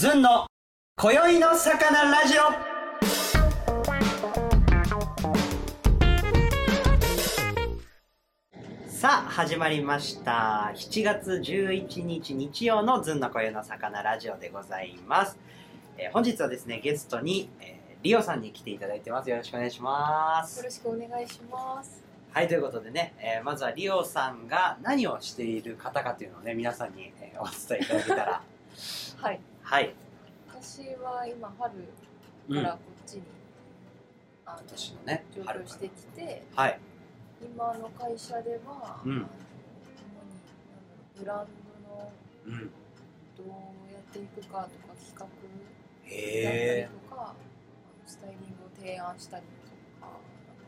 ずんの今宵の魚ラジオ。さあ始まりました。7月11日日曜のずんの今宵の魚ラジオでございます。本日はですねゲストに、リオさんに来ていただいてます。よろしくお願いします。 よろしくお願いします。 はい、ということでね、まずはリオさんが何をしている方かというのをね皆さんに、お伝えいただけたらはい。 はい、 私は今春からこっちに、 今年のね上京してきて、 はい、 今の会社では、主にブランドのどうやっていくかとか企画だったりとか、スタイリングを提案したりとか、なんか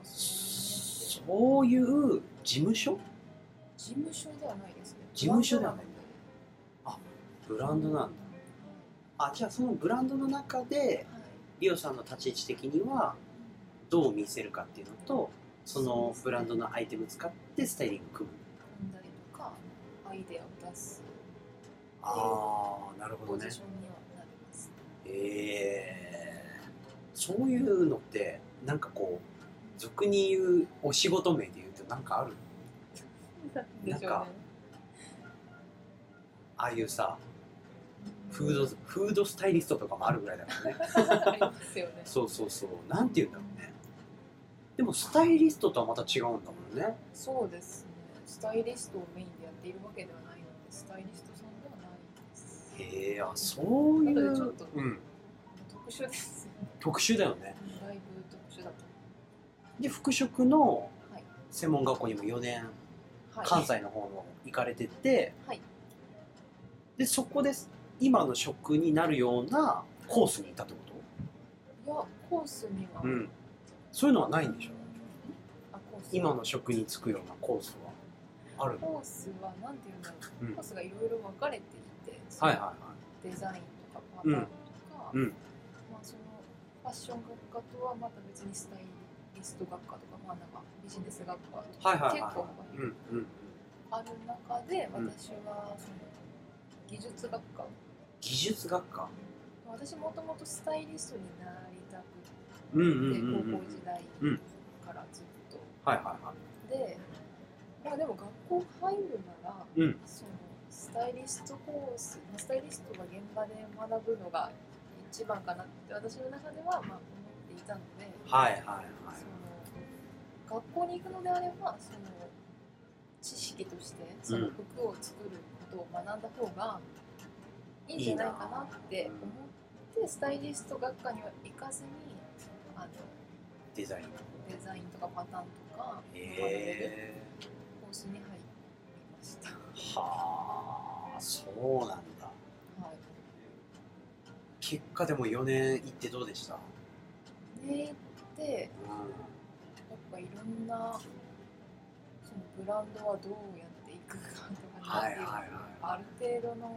そういう事務所？ 事務所ではないですね。 事務所ではない。あ、ブランドなんだ。あ、じゃあそのブランドの中で、はい、リオさんの立ち位置的にはどう見せるかっていうのと、そのブランドのアイテム使ってスタイリング組んだりとか、アイデアを出す。 ああ、なるほどね。 ポジションにはなります。 そういうのってなんかこう俗に言うお仕事名で言うとなんかある？なんかああいうさ、フードスタイリストとかもあるぐらいだからね。 ありますよね。 そうそうそう。なんて言うんだろうね。でもスタイリストとはまた違うんだもんね。 そうですね。スタイリストをメインでやっているわけではないので、スタイリストさんではないです。 へえ、あ、そういう。 なのでちょっと、特殊ですよね。 特殊だよね。 だいぶ特殊だと。 で、服飾の専門学校にも4年、 はい、 関西の方の行かれてて、 はい、 でそこで今の職になるようなコースにいたってこと？ いや、コースには、 そういうのはないんでしょ？ あ、コース今の職に就くようなコースはあるの？ コースはなんていうんだろう、コースがいろいろ分かれていて、 はいはいはい、 デザインとかパターンとか、まあ、そのファッション学科とはまた別にスタイリスト学科とか、まあ、なんかビジネス学科とか、結構ある中で、私はその技術学科。 技術学科？ 私もともとスタイリストになりたくて、高校時代からずっと。で、まあでも学校入るなら、そのスタイリストコース、スタイリストが現場で学ぶのが一番かなって私の中ではまあ思っていたので、その学校に行くのであれば、その知識としてその服を作ることを学んだ方がいいんじゃないかなって思って、スタイリスト学科には行かずにデザインとかパターンとか学べるコースに入りました。 はあ、そうなんだ。はい、結果でも4年行ってどうでした？ 4年行って、やっぱいろんなそのブランドはどうやっていくかとか、ある程度の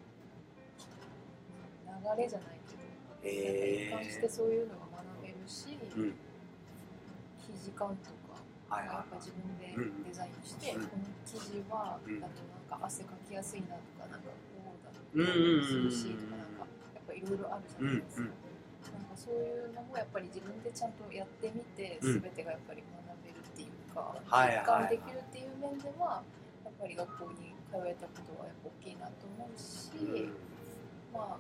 流れじゃないけど、一貫してそういうのが学べるし、生地感とか、やっぱ自分でデザインして、この生地はだとなんか汗かきやすいなとか、なんかこうだと涼しいとか、なんかやっぱいろいろあるじゃないですか。なんかそういうのもやっぱり自分でちゃんとやってみて、全てがやっぱり学べるっていうか、実感できるっていう面では、やっぱり学校に通えたことはやっぱ大きいなと思うし、まあ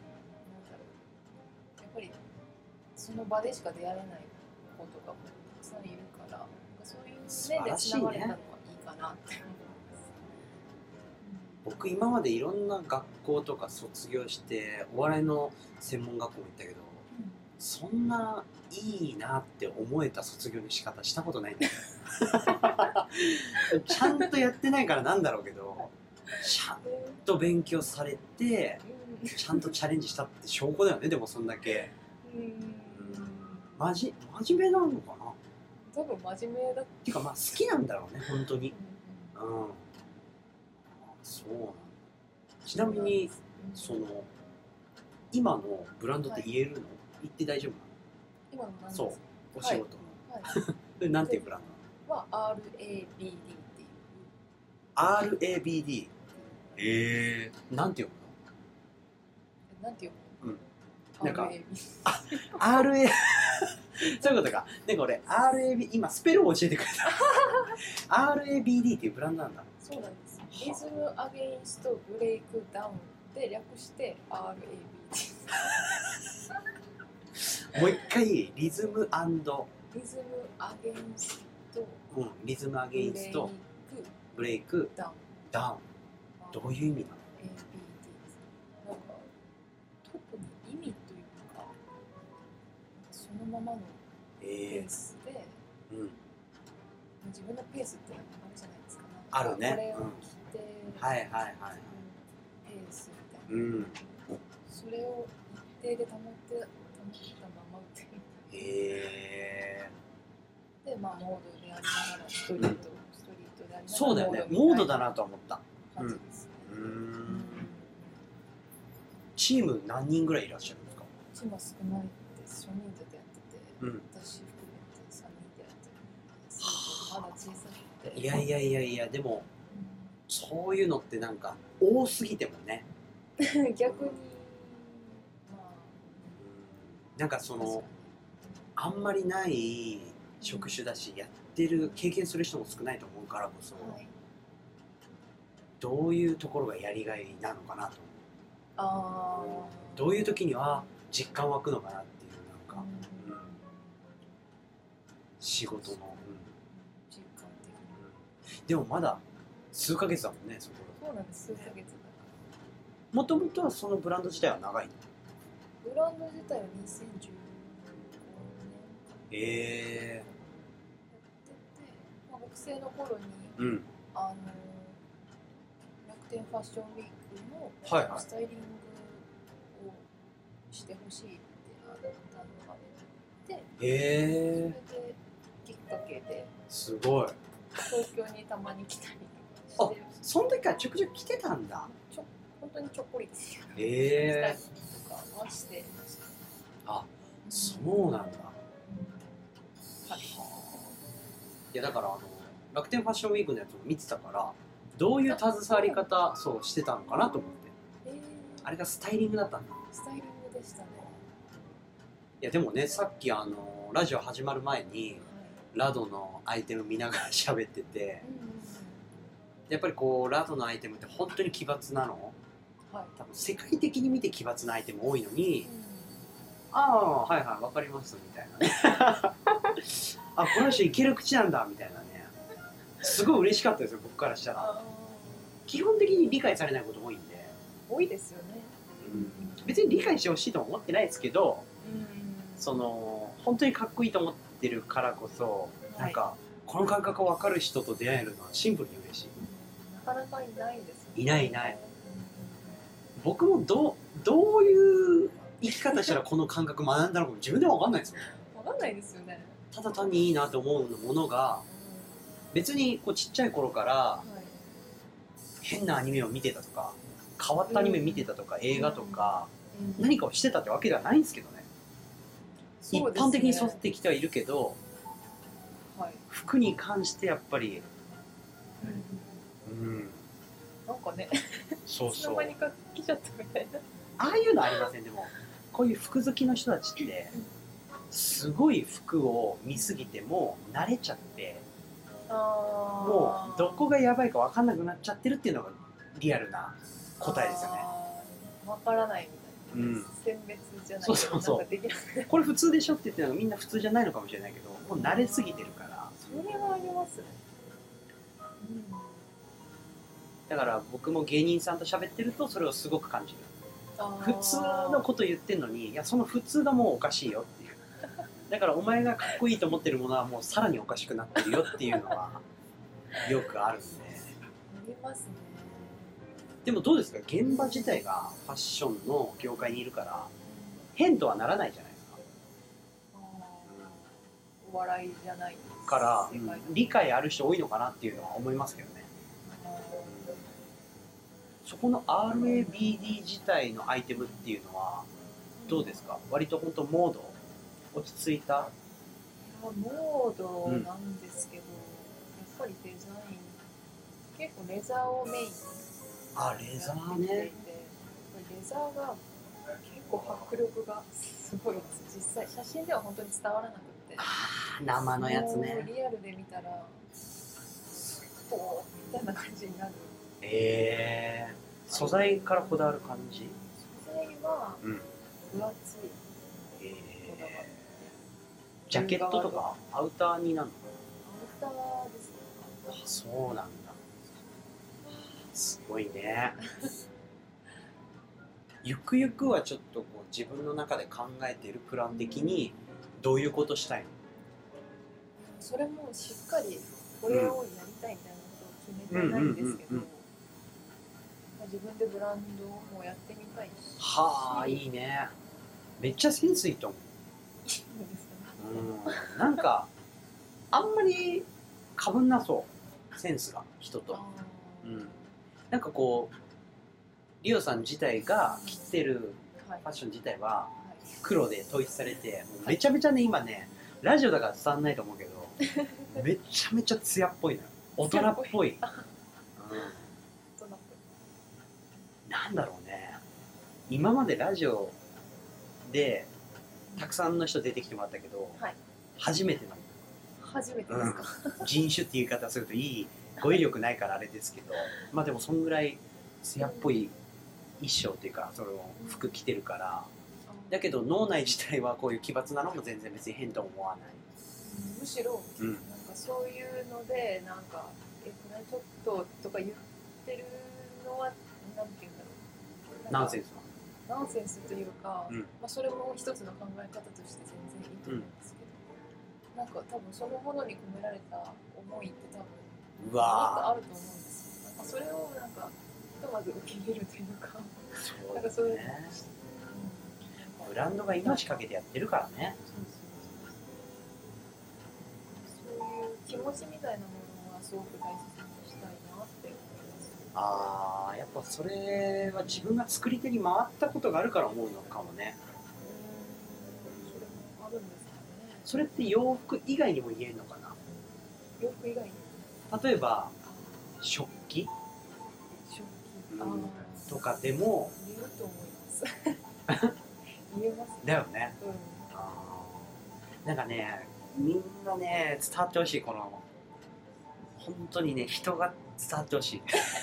やっぱりその場でしか出会えない子とかもたくさんいるから、そういう面でつながれたのはいいかなって思います。 僕今までいろんな学校とか卒業してお笑いの専門学校も行ったけど、そんないいなって思えた卒業の仕方したことないんだよ。ちゃんとやってないからなんだろうけど、ちゃんと勉強されてちゃんとチャレンジしたって証拠だよね。でもそんだけ真面目なのかな。 多分真面目だっていうか、まあ好きなんだろうね本当に。そうなんだ。ちなみにその今のブランドって言えるの？言って大丈夫なの？ 今のブランドそう、お仕事の。なんていうブランドなの？ は RABD っていう。 RABD。なんていうの？ なんていうの？なんかRA そういうことか。なんか俺 RAB 今スペルを教えてくれた。RABD っていうブランドなんだ。 そうなんです。リズムアゲインストブレイクダウンで略して RABD。 もう一回リズムリズムアゲインスト、 リズムアゲインストブレイクダウン。どういう意味なの？ ABD です。なんか特に意味というかそのままのペースで、自分のペースってあるじゃないですか。 あるね。 これを着て、 はいはいはい。 ペースみたいな。それを一定で保ったまま打てる。で、まあモードでありながらストリートでありながら。 そうだよね。モードだなと思った。 感じですね。 チーム何人ぐらいいらっしゃるんですか？ チームは少ないです。少人数でやってて、私含めて3人でやってる。まだ小さくて。 いや、でも、そういうのってなんか多すぎてもね。 逆に、まあ、 なんかその、あんまりない職種だし、やってる、経験する人も少ないと思うからこそ、どういうところがやりがいなのかなと。どういう時には実感湧くのかなっていう、なんか、仕事の、 実感的に。 でもまだ数ヶ月だもんね、そこ。 そうなんです、数ヶ月だから。 もともとはそのブランド自体は長いの？ ブランド自体は2015年やってて、まあ、学生の頃に、楽天ファッションウィークのスタイリングをしてほしいって頼まれて、それできっかけですごい東京にたまに来たりとかして。その時からちょくちょく来てたんだ。 本当にちょっこりですよ。スタイリングとかはしてました。 そうなんだ。いやだから楽天ファッションウィークのやつを見てたから、どういう携わり方してたのかなと思って。あれがスタイリングだったんだ。 スタイリングでしたね。 いやでもね、さっきラジオ始まる前に、ラドのアイテム見ながら喋ってて、やっぱりこうラドのアイテムって本当に奇抜なの、多分世界的に見て奇抜なアイテム多いのに、はいはい分かりますみたいなねこの人いける口なんだみたいなね、すごい嬉しかったですよ、僕からしたら。基本的に理解されないこと多いんで。 多いですよね。 別に理解してほしいとは思ってないですけど、その本当にかっこいいと思ってるからこそ、なんかこの感覚を分かる人と出会えるのはシンプルに嬉しい。 なかなかいないですね。 いない。僕もどういう生き方したらこの感覚学んだのかも自分では分かんないですよ。 分かんないですよね。 ただ単にいいなと思うものが、別にこうちっちゃい頃から変なアニメを見てたとか、変わったアニメ見てたとか、映画とか何かをしてたってわけではないんですけどね。一般的に育ってきてはいるけど、服に関してやっぱりなんかね、 そういつの間にか来ちゃったみたいな。 ああいうのありません？でもこういう服好きの人たちってすごい服を見すぎても慣れちゃって、もうどこがやばいか分かんなくなっちゃってるっていうのがリアルな答えですよね。 分からないみたいな、選別じゃないけど、なんかできない。 これ普通でしょって言ってるのがみんな普通じゃないのかもしれないけど、もう慣れすぎてるから。 それはありますね。 だから僕も芸人さんと喋ってるとそれをすごく感じる。普通のこと言ってんのに、いやその普通がもうおかしいよっていう。だからお前がかっこいいと思ってるものはもうさらにおかしくなってるよっていうのはよくあるんで。 ありますね。 でもどうですか、現場自体がファッションの業界にいるから変とはならないじゃないですか。 お笑いじゃないから、理解ある人多いのかなっていうのは思いますけどね。そこの RABD 自体のアイテムっていうのはどうですか？割と本当モード落ち着いた？ モードなんですけど、やっぱりデザイン結構レザーをメインにレザーね。 レザーが迫力がすごいです。実際写真では本当に伝わらなくて、 生のやつね。 リアルで見たらこうみたいな感じになる。 素材からこだわる感じ？ 素材は分厚い、 ジャケットとかアウターになるの？ アウターですね。 そうなんだ。すごいね。ゆくゆくはちょっとこう自分の中で考えているプラン的にどういうことしたいの？ それもしっかりこれをやりたいみたいなことを決めてないんですけど、自分でブランドもやってみたいし。 はあ、いいね。めっちゃセンスいいと思う。なんかあんまりかぶんなそう、センスが人と。なんかこうリオさん自体が着てるファッション自体は黒で統一されて、もうめちゃめちゃね、今ねラジオだから伝わんないと思うけどめちゃめちゃ艶っぽいのよ。大人っぽい。なんだろうね、今までラジオでたくさんの人出てきてもらったけど、初めてなの。 初めてですか？ 人種っていう言い方するといい語彙力ないからあれですけど、まあでもそんぐらい艶っぽい衣装っていうかその服着てるから、だけど脳内自体はこういう奇抜なのも全然別に変と思わない。 むしろ、なんかそういうのでなんかこれちょっととか言ってるのはなんていうんだろう、 ナンセンスナンセンスというか、まあそれも一つの考え方として全然いいと思うんですけど、なんか多分そのものに込められた思いって多分もっとあると思うんですよ。なんかそれをなんかひとまず受け入れるというか、なんかそういうね、 ブランドが命かけてやってるからね。 そういう気持ちみたいなものはすごく大切にしたいなって思います。 ああ、やっぱそれは自分が作り手に回ったことがあるから思うのかもね。 それもあるんですかね。 それって洋服以外にも言えるのかな？ 洋服以外に例えば食器とかでも言えると思います。言えますだよね。なんかね、みんなね伝わってほしい、この本当にね人が伝わってほしい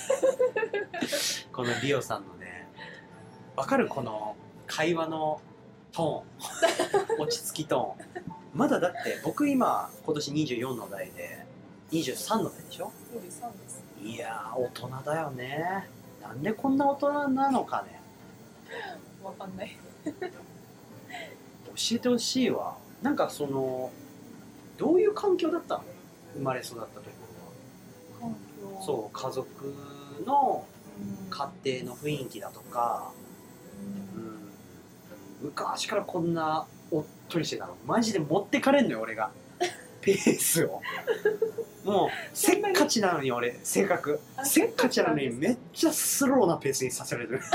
このリオさんのね、わかる？この会話のトーン落ち着きトーン。まだだって僕今年24の代で23の代でしょ？ 23です。 いやー大人だよね。なんでこんな大人なのかね。 わかんない。 教えてほしいわ。なんかそのどういう環境だったの？生まれ育ったところは。環境。そう、家族の家庭の雰囲気だとか、昔からこんなおっとりしてたの？マジで持ってかれんのよ俺がペースを。もうせっかちなのに俺性格せっかちなのにめっちゃスローなペースにさせられてる。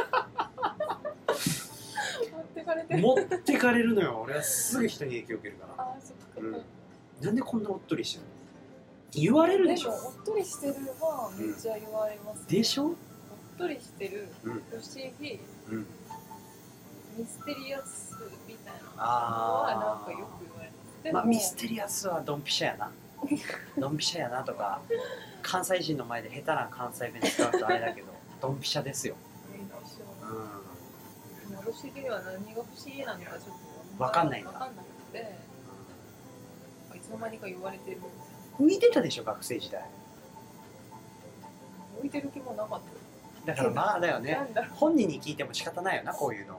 持ってかれるのよ。俺はすぐ人に影響を受けるから。なんでこんなおっとりしてるの？言われるでしょ。 でもおっとりしてるはめっちゃ言われます、ね。 でしょ？おっとりしてる、不思議、ミステリアスみたいなのはなんかよく言われます。でもまあミステリアスはドンピシャやな。ドンピシャやなとか、関西人の前で下手な関西弁使うとあれだけどドンピシャですよ。 私的には何が不思議なのかちょっと分かんないんだ。 分かんなくて、いつの間にか言われてる。 浮いてたでしょ学生時代。 浮いてる気もなかった。 だからまあだよね。本人に聞いても仕方ないよなこういうのは。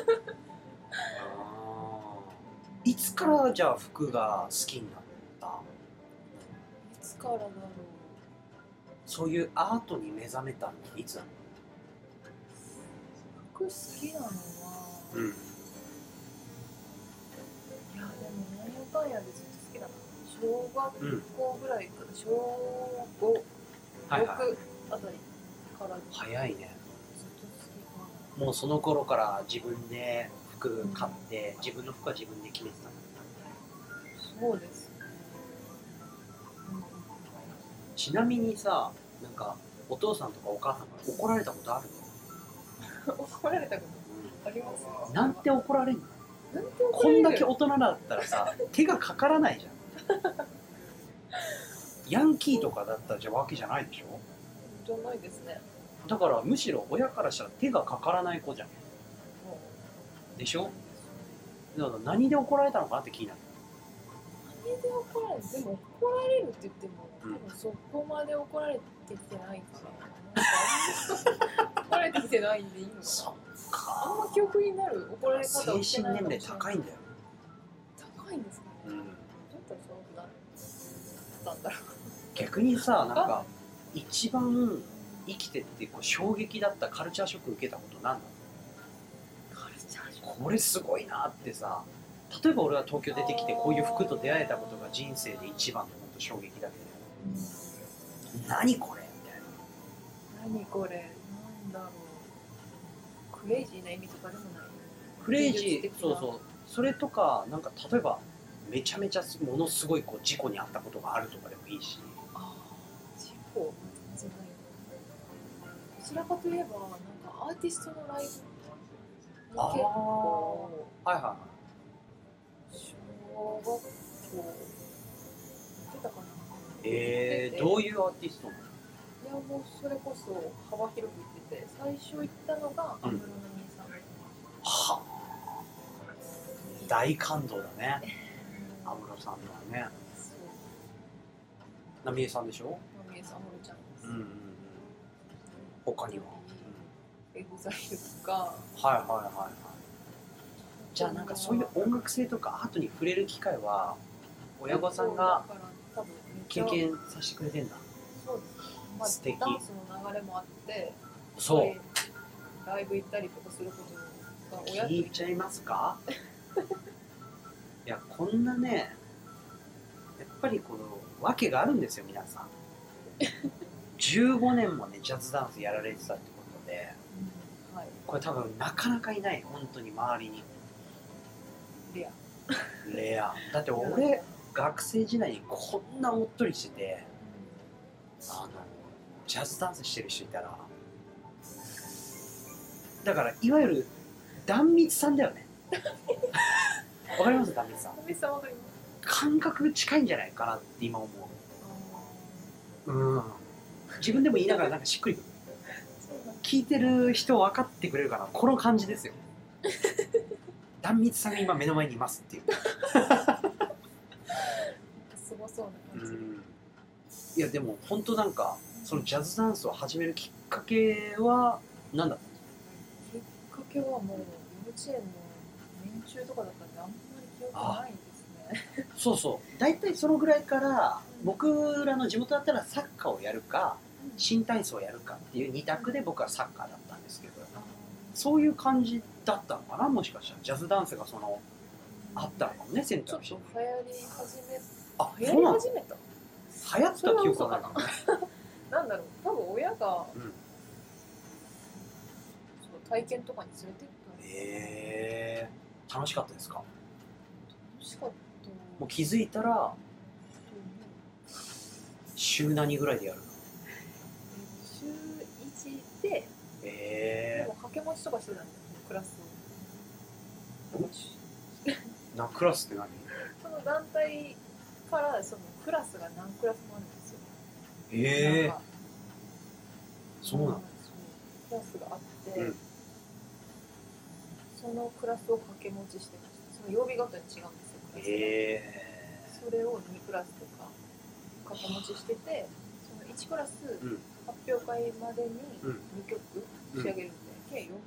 いつからじゃあ服が好きになった？いつからだろう。 そういうアートに目覚めたのっていつなの？ 服好きなのは、いやでも何やかんやでずっと好きだな。小学校ぐらいから、小5、6あたりから早いね。 ずっと好きかな。もうその頃から自分で服買って、自分の服は自分で決めてたの？ そうですね。 ちなみにさ、なんかお父さんとかお母さんから怒られたことあるの？ 怒られたことあります。 なんて怒られんの？こんだけ大人だったらさ、手がかからないじゃん。ヤンキーとかだったわけじゃないでしょ？ じゃないですね。 だからむしろ親からしたら手がかからない子じゃん。でしょ？だから何で怒られたのかなって気になる。 何で怒られる？でも怒られるって言っても、多分そこまで怒られてきてないから。怒られてきてないんでいいのかな。そっか。あんま記憶になる怒られ方をしてないかもしれない。精神年齢高いんだよ。高いんですかね。どうやったらそうなるなんだろう。 逆にさ、なんか一番生きてってこう衝撃だったカルチャーショック受けたことなんだろう？カルチャーショック。これすごいなってさ。例えば俺は東京出てきてこういう服と出会えたことが人生で一番の本当衝撃だけど、何これみたいな。何これなんだろう。クレイジーな意味とかでもない。クレイジー、そうそう。それとかなんか例えばめちゃめちゃものすごいこう事故に遭ったことがあるとかでもいいし。ああ、事故じゃない。どちらかといえばなんかアーティストのライブも結構、はいはいはい。小学校出たかな。どういうアーティストなの？いやもうそれこそ幅広く行ってて、最初行ったのが安室奈美恵さん。はあ。大感動だね。安室さんのはね。奈美恵さんでしょ？奈美恵さん、安室ちゃんです。他には？エグザイルとか。はいはいはいはい。じゃあなんかそういう音楽性とかアートに触れる機会は親御さんが経験させてくれてんだ。そうですね。まあ、素敵。ダンスの流れもあって、そうライブ行ったりとかすることが親と聞いちゃいますか？いやこんなね、やっぱりこの訳があるんですよ皆さん。15年もねジャズダンスやられてたってことで、はい、これ多分なかなかいない本当に周りに。レアだって俺学生時代にこんなおっとりしててジャズダンスしてる人いたらだからいわゆる壇蜜さんだよね。わかります？壇蜜さん。壇蜜さんわかります。感覚近いんじゃないかなって今思う。自分でも言いながらなんかしっくりくる。聞いてる人分かってくれるかな。この感じですよ。壇蜜さんが今目の前にいますっていう。すごそうな感じ。いやでも本当なんかそのジャズダンスを始めるきっかけは何だったんですか？きっかけはもう幼稚園の年中とかだったんであんまり記憶ないですね。そうそう。大体そのぐらいから僕らの地元だったらサッカーをやるか新体操をやるかっていう2択で僕はサッカーだったんですけど、そういう感じだったのかな。もしかしたらジャズダンスがそのあったのかもね。センターの人に流行り始めた。流行り始めた。流行った記憶がないな。なんだろう。多分親が、そう体験とかに連れてった。楽しかったですか？楽しかった。もう気づいたら週何ぐらいでやるの？週1で。でも掛け持ちとかしてたんですよ、クラスを。クラスって何？その団体からそのクラスが何クラスもあるんですよ。そうなんです。クラスがあって、そのクラスを掛け持ちしてました。その曜日ごとに違うんですよ、クラスが。それを2クラスとか掛け持ちしてて、その1クラス、発表会までに2曲仕上げるんで、計4曲踊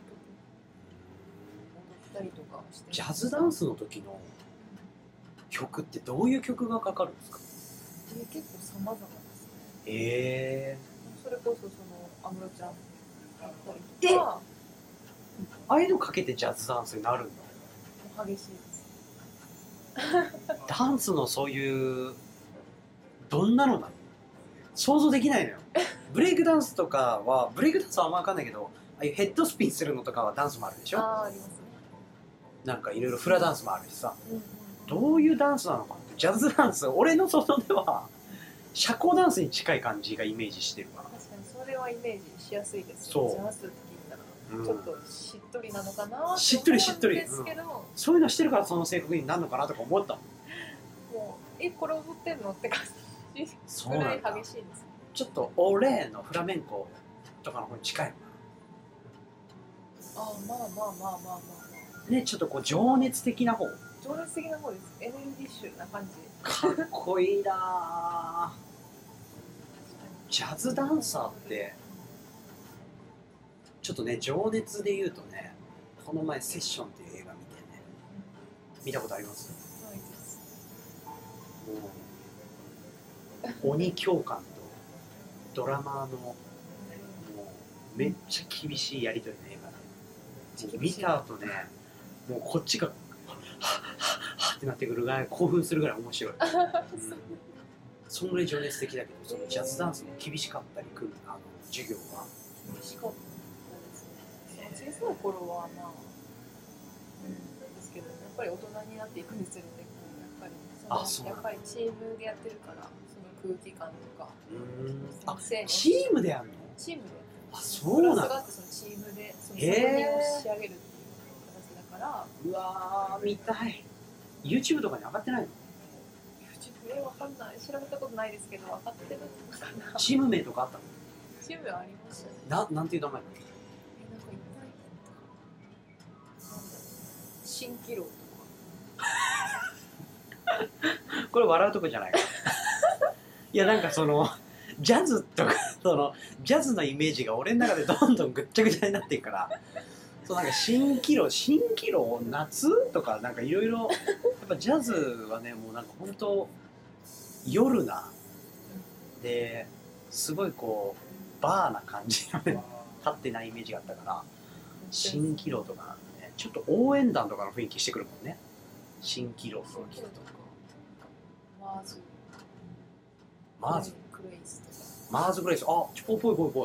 ったりとかして。ジャズダンスの時の曲ってどういう曲がかかるんですか？結構様々ですね。それこそその安室ちゃんだったりとか。ああいうのかけてジャズダンスになるんだ。激しいです。ダンスのそういうどんなのなの？想像できないのよ。ブレイクダンスとかはブレイクダンスはあんま分かんないけど、ああいうヘッドスピンするのとかはダンスもあるでしょ？ありますね。なんかいろいろフラダンスもあるしさ、どういうダンスなのかって。ジャズダンス、俺の想像では社交ダンスに近い感じがイメージしてるから。確かにそれはイメージしやすいですね。ジャズって聞いたら。 ちょっとしっとりなのかなしっとりしっとりですけど、 そういうのしてるからその性格になるのかなとか思ったもん。 もうこれ踊ってんのって感じぐらい激しいです。 ちょっとオレーのフラメンコとかの方に近いのかな。 あ、まあまあまあまあまあまあね、ちょっとこう情熱的な方。 情熱的な方です。エネルギッシュな感じ。 かっこいいな。ジャズダンサーってちょっとね、情熱で言うとね、この前セッションっていう映画見てね、見たことあります？ ないです。 もう鬼教官とドラマーのもうめっちゃ厳しいやり取りの映画で、見た後ね、もうこっちがはっはっってなってくるぐらい興奮するぐらい面白い。そんぐらい情熱的だけど、そのジャズダンスも厳しかったりくる、授業は厳しかったですね。小さい頃はまあ、ですけど、やっぱり大人になっていくにつれて、やっぱりやっぱりチームでやってるから、その空気感とか、 チームでやるの？ チームで。 あ、そうなんだ。 プラスがあってそのチームでその作品を仕上げるっていう形だから。 うわー、見たい。YouTube とかに上がってないの ？YouTube わかんない。調べたことないですけど、分かってるのかな。 チーム名とかあったの？ チームありましたね。 なんていう名前なの？ なんかいっぱい蜃気楼とか。 これ笑うとこじゃないか。いや、なんかそのジャズとかそのジャズのイメージが俺の中でどんどんぐっちゃぐちゃになっていくから、そうなんか蜃気楼夏とかなんかいろいろ、やっぱジャズはね、もうなんか本当夜なですごいこうバーな感じのね、立ってないイメージがあったから、蜃気楼とかなんかね、ちょっと応援団とかの雰囲気してくるもんね。蜃気楼とか聞くと。マーズグレイスとか。 マーズグレイス、あ、ぽい。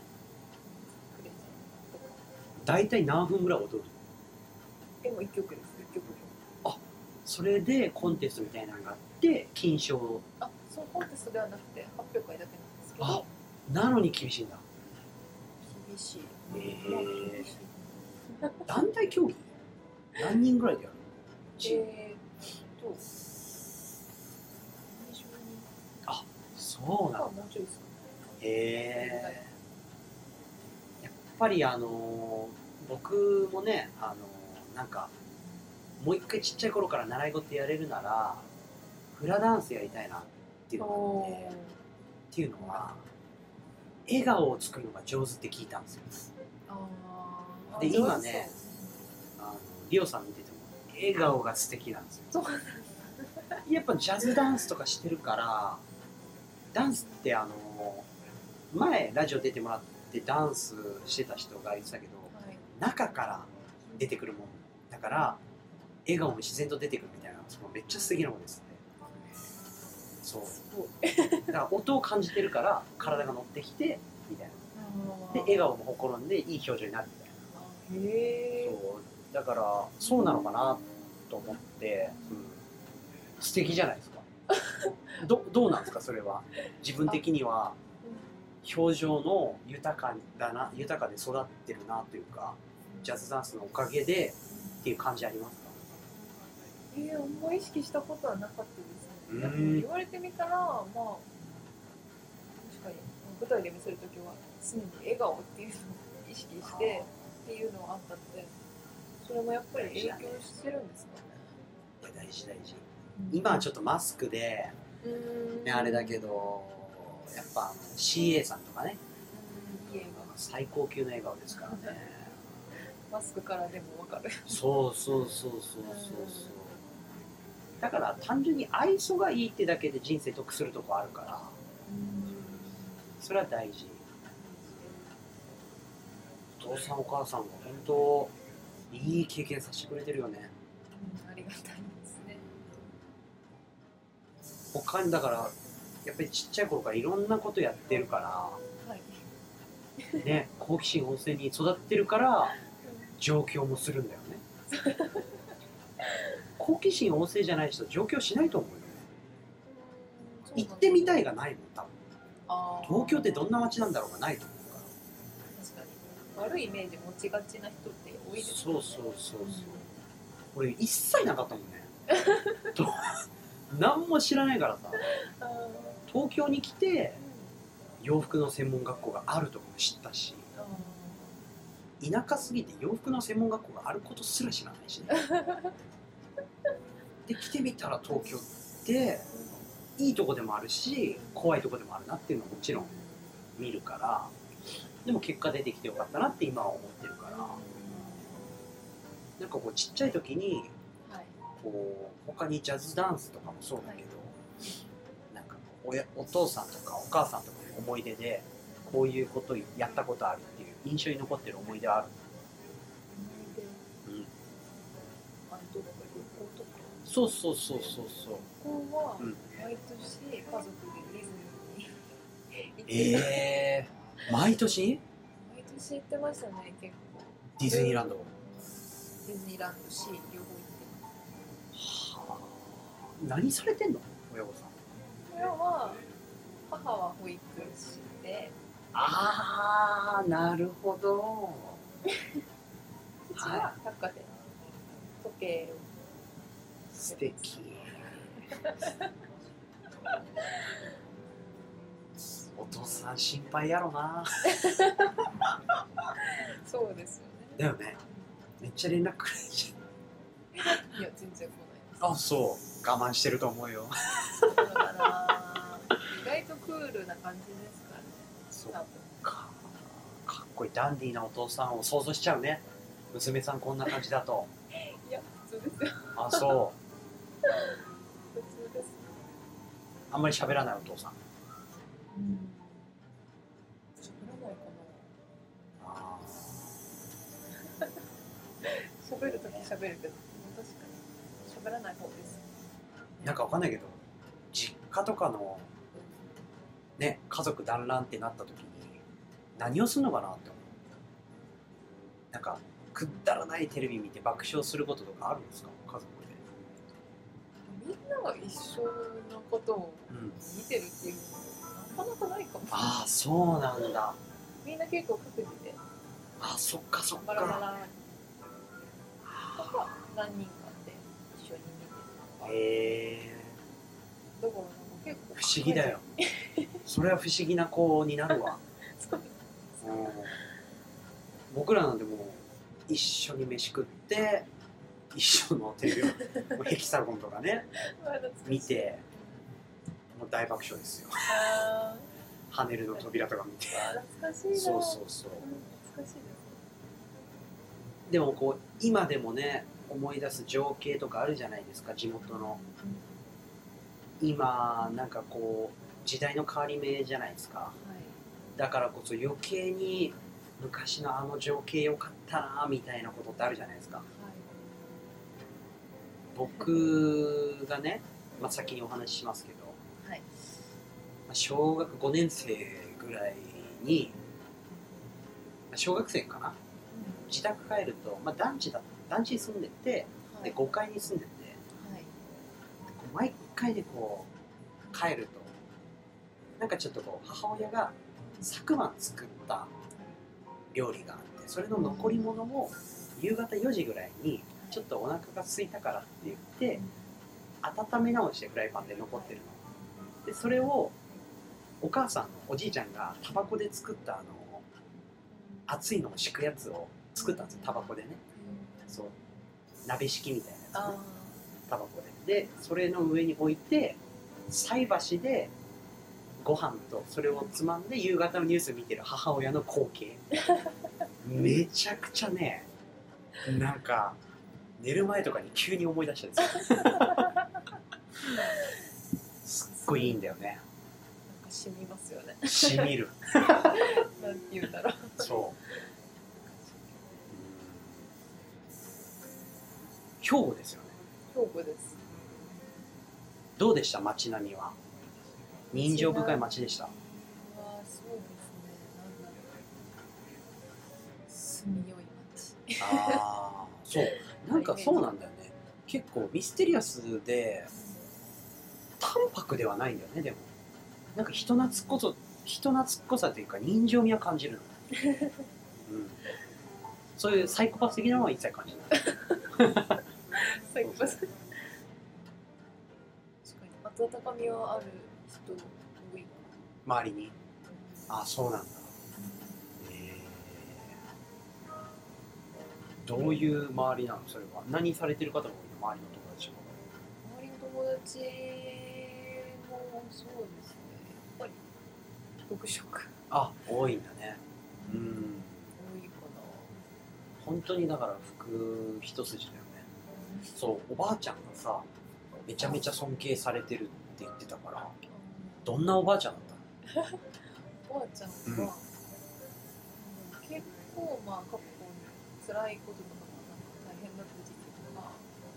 大体何分ぐらい踊るの？ もう1曲です。1曲。 あ、それでコンテストみたいなのがあって金賞。 あ、そうコンテストではなくて発表会だけなんですけど。 あ、なのに厳しいんだ。 厳しい。 団体競技何人ぐらいでやるの？あ、そうなんだ。 もうちょいですかね。やっぱり僕もね、なんかもう一回ちっちゃい頃から習い事やれるならフラダンスやりたいなっていうのがあって、っていうのは笑顔を作るのが上手って聞いたんですよ。で今ね、リオさん見てても笑顔が素敵なんですよ。やっぱジャズダンスとかしてるから、ダンスって前ラジオ出てもらってダンスしてた人が言ってたけど、中から出てくるもんだから笑顔も自然と出てくるみたいな、そのめっちゃ素敵なもんですね。そうだから音を感じてるから体が乗ってきてみたいなで、笑顔もほころんでいい表情になるみたいな。そうだからそうなのかなと思って、素敵じゃないですか。どうなんですかそれは。自分的には表情の豊かで育ってるなというか、ジャズダンスのおかげでっていう感じありますか？ あんま意識したことはなかったですね。言われてみたら、まあ確かに舞台で見せるときは常に笑顔っていうのを意識してっていうのはあったので、それもやっぱり影響してるんですかね。 大事。今はちょっとマスクで、ね、あれだけど、やっぱCA さんとかね、最高級の笑顔ですからね。 マスクからでも分かる。 そう。だから単純に愛想がいいってだけで人生得するとこあるから、それは大事。お父さんお母さんが本当いい経験させてくれてるよね。 ありがたいですね。 他にだからやっぱりちっちゃい頃からいろんなことやってるから、ね、好奇心旺盛に育ってるから上京もするんだよね。好奇心旺盛じゃない人上京しないと思うよね。行ってみたいがないもん多分。東京ってどんな街なんだろうがないと思うから。確かに。 悪いイメージ持ちがちな人って多いですよね。そう、俺一切なかったもんね何も知らないからさ、東京に来て洋服の専門学校があるとかも知ったし、田舎すぎて洋服の専門学校があることすら知らないしねで来てみたら東京っていいとこでもあるし怖いとこでもあるなっていうのはもちろん見るから、でも結果出てきてよかったなって今は思ってるから、なんかこうちっちゃい時にこう他にジャズダンスとかもそうだけど、なんかお父さんとかお母さんとかの思い出でこういうことやったことあるっていう印象に残ってる思い出ある？そう。ここは毎年家族でディズニーに行って毎年行ってましたね。結構ディズニーランドシー両方行ってます。 はあ、何されてんの親御さん？ 親は母は保育士で、 なるほど父は百貨店時計を素敵お父さん心配やろなそうですよね。 だよね。めっちゃ連絡くれるじゃん。いや全然来ないです。 そう我慢してると思うよそうだから意外とクールな感じですからね。 そうかっこいいダンディーなお父さんを想像しちゃうね。娘さんこんな感じだと。 いや普通ですよ。 そう普通です。 あんまり喋らないお父さん。 喋らないかな。喋るとき喋るけど、確かに喋らない方です。 なんかわかんないけど、実家とかのね家族団らんってなった時に何をするのかなって思う。なんかくだらないテレビ見て爆笑することとかあるんですか、家族で？ みんなが一緒のことを見てるっていうのはなかなかないかもしれない。 そうなんだ。 みんな結構各自でそっかバラバラとか何人かで一緒に見てるとか。だからなんか結構不思議だよそれは不思議な子になるわそう僕らなんてもう一緒に飯食って一緒のテレビをヘキサゴンとかね見てもう大爆笑ですよハネルの扉とか見て。 懐かしいな。 そう懐かしいです。 でもこう今でもね思い出す情景とかあるじゃないですか、地元の。今なんかこう時代の変わり目じゃないですか、だからこそ余計に昔のあの情景良かったなみたいなことってあるじゃないですか、僕がね、先にお話ししますけど、小学5年生ぐらいに、小学生かな、自宅帰ると、団地に住んでて、で5階に住んでて、毎回でこう帰るとなんかちょっとこう母親が昨晩作った料理があって、それの残り物を夕方4時ぐらいにちょっとお腹が空いたからって言って温め直してフライパンで残ってるので、それをお母さんのおじいちゃんがタバコで作った熱いのを敷くやつを作ったんですよ、タバコでね。そう鍋敷きみたいなやつね、タバコでそれの上に置いて菜箸でご飯とそれをつまんで夕方のニュース見てる母親の光景めちゃくちゃね、なんか寝る前とかに急に思い出したんですよすっごいいいんだよね。なんか染みますよね。 染みるなんて言うんだろう。 そう兵庫ですよね。 兵庫です。 どうでした、街並みは？人情深い街でした？ そうですね。なんだろう。住みよい街。 そうなんかそうなんだよね。結構ミステリアスで淡白ではないんだよね。でもなんか人懐っこさというか人情味は感じるのそういうサイコパス的なのは一切感じないサイコパス確かに温かみはある人多い周りに。あ、そうなんだ。どういう周りなのそれは。何されてる方が多いの周りの友達は。 周りの友達もそうですね、やっぱり服飾あ、多いんだね。 多いかな。 本当にだから服一筋だよね。そう、おばあちゃんがさめちゃめちゃ尊敬されてるって言ってたから。どんなおばあちゃんだったの？ おばあちゃんは、結構まあ過去に辛いこととかも大変だった時期とか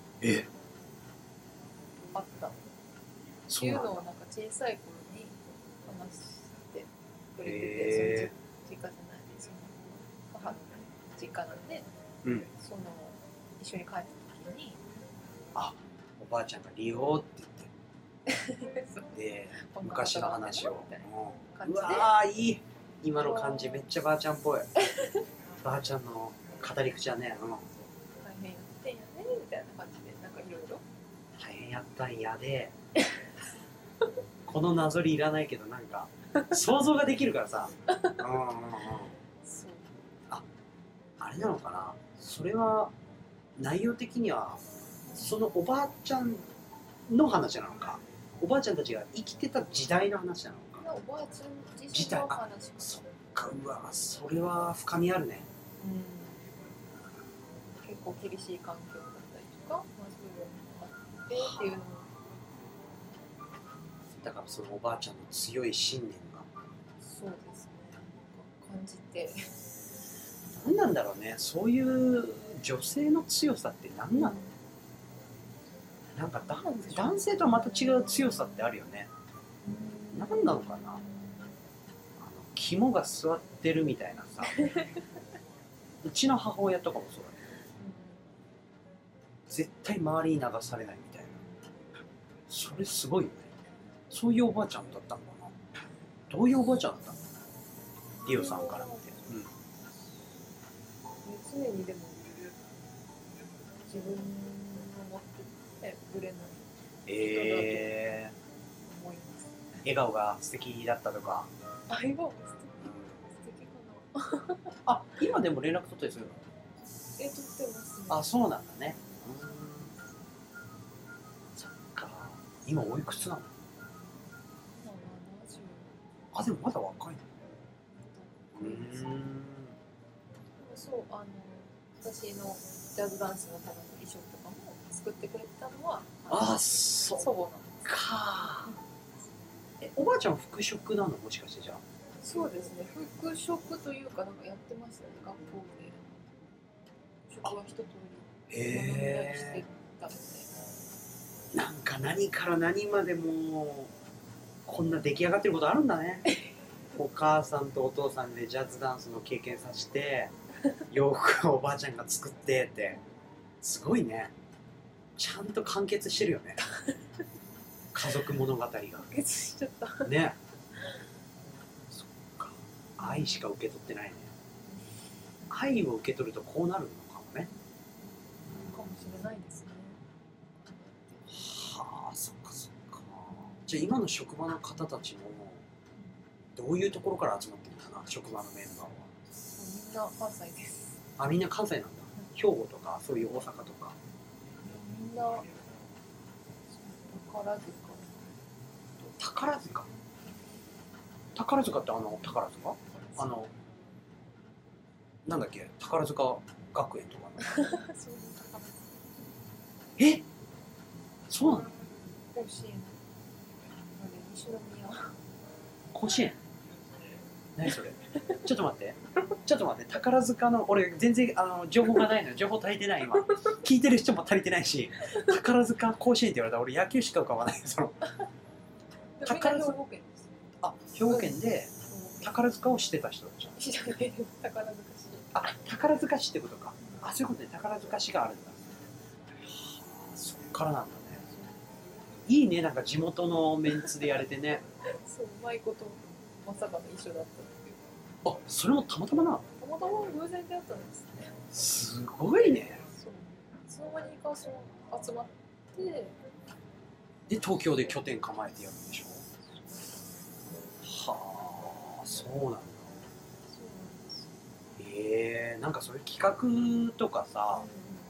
あったっていうのをなんか小さい頃に話してくれてて、その実家じゃないその母の実家なんで、その一緒に帰った時におばあちゃんが利用って言ってで昔の話をうわーいい今の感じめっちゃばあちゃんっぽいばあちゃんの語り口はね、 大変やってんやねみたいな感じでなんかいろいろ大変やったんやでこのなぞりいらないけどなんか想像ができるからさそうあれなのかなそれは内容的にはそのおばあちゃんの話なのかおばあちゃんたちが生きてた時代の話なのかおばあちゃん自身の話そっかうわそれは深みあるね。 結構厳しい環境だったりとか、そういうのがあってっていうのだからそのおばあちゃんの強い信念がそうですね感じて何なんだろうねそういう女性の強さって何なの、なんか男性とはまた違う強さってあるよね。何なのかな肝が据わってるみたいなさうちの母親とかもそうだけど絶対周りに流されないみたいなそれすごいよね。そういうおばあちゃんだったのかなどういうおばあちゃんだったのリオさんから見て、 常にでも自分を持ってぶれない思います。 笑顔が素敵だったとか笑顔が素敵かな今でも連絡取ったりするの？ 取ってますね。 そうなんだね。そっか今おいくつなの？でもまだ若いの？ そう私のジャズダンスのための衣装とかも作ってくれたのは祖母なんですか。 おばあちゃん服飾なのもしかしてじゃあ？ そうですね服飾というかなんかやってましたね学校で服は一通り学んだりしてたのでなんか何から何までもこんな出来上がってることあるんだねお母さんとお父さんでジャズダンスの経験させて洋服をおばあちゃんが作ってってすごいねちゃんと完結してるよね家族物語が完結しちゃったねそっか愛しか受け取ってないね愛を受け取るとこうなるのかもねかもしれないですねはあそっかそっかじゃあ今の職場の方たちもどういうところから集まってるのかな職場のメンバーはみんな関西ですみんな関西なんだ兵庫とかそういう大阪とかみんな宝塚宝塚って宝塚なんだっけ宝塚学園とかそういう宝塚そうなの甲子園西宮甲子園何それちょっと待って宝塚の俺全然情報がないのよ情報足りてない今聞いてる人も足りてないし宝塚甲子園って言われたら俺野球しか浮かばないその宝塚兵庫県です兵庫県で宝塚をしてた人じゃん知らない宝塚市宝塚市ってことかそういうことで宝塚市があるんだそっからなんだねいいねなんか地元のメンツでやれてねそううまいことまさかの一緒だったっていうそれもたまたまなのたまたま偶然出会ったんですね。 すごいね。 そう、いつの間にかそう集まって、で東京で拠点構えてやるんでしょ。はあ、そうなんだ。 そうなんです。 なんかそういう企画とかさ、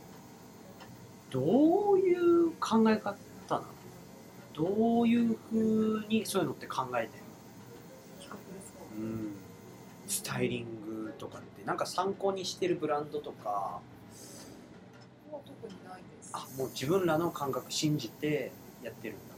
どういう考え方なの？どういう風にそういうのって考えてんの？ 企画ですか？ スタイリングとかってなんか参考にしてるブランドとか。 もう特にないです。 あ、もう自分らの感覚信じてやってるんだ。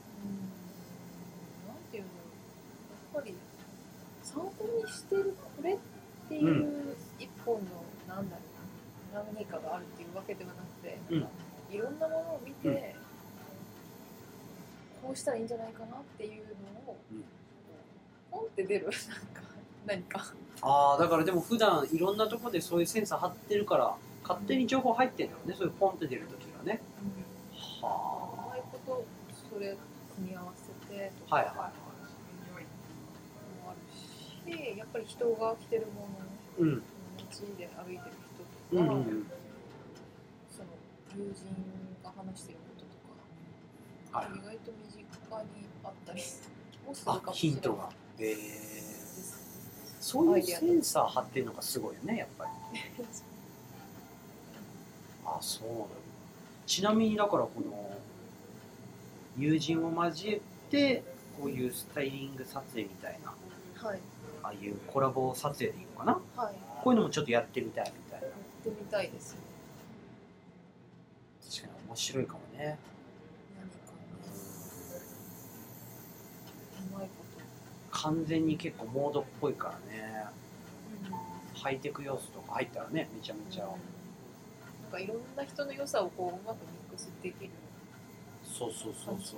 なんていうの、やっぱり参考にしてるこれっていう一本のなんだろう、何かがあるっていうわけではなくて、なんかいろんなものを見て、こうしたらいいんじゃないかなっていうのを、ポンって出る何か。 ああ、だからでも普段いろんなところでそういうセンサー貼ってるから勝手に情報入ってんだよね、そういうポンって出るときがね。はあ。うまいことそれ組み合わせてとか。 はいはいはい。 もあるし、やっぱり人が着てるもの、街で歩いてる人とか、その友人が話してることとか、意外と身近にあったりもするかもしれない。ヒントが。 そういうセンサー貼ってるのがすごいよね、やっぱり。あ、そうなの。ちなみにだからこの友人を交えてこういうスタイリング撮影みたいな、 はい、 ああいうコラボ撮影でいいのかな、 はい、 こういうのもちょっとやってみたいみたいな。 やってみたいですね。 確かに面白いかもね。 何かね、うまいこと。 完全に結構モードっぽいからね、ハイテク要素とか入ったらね、めちゃめちゃ、なんかいろんな人の良さをこううまくミックスできる。 そうそうそうそう。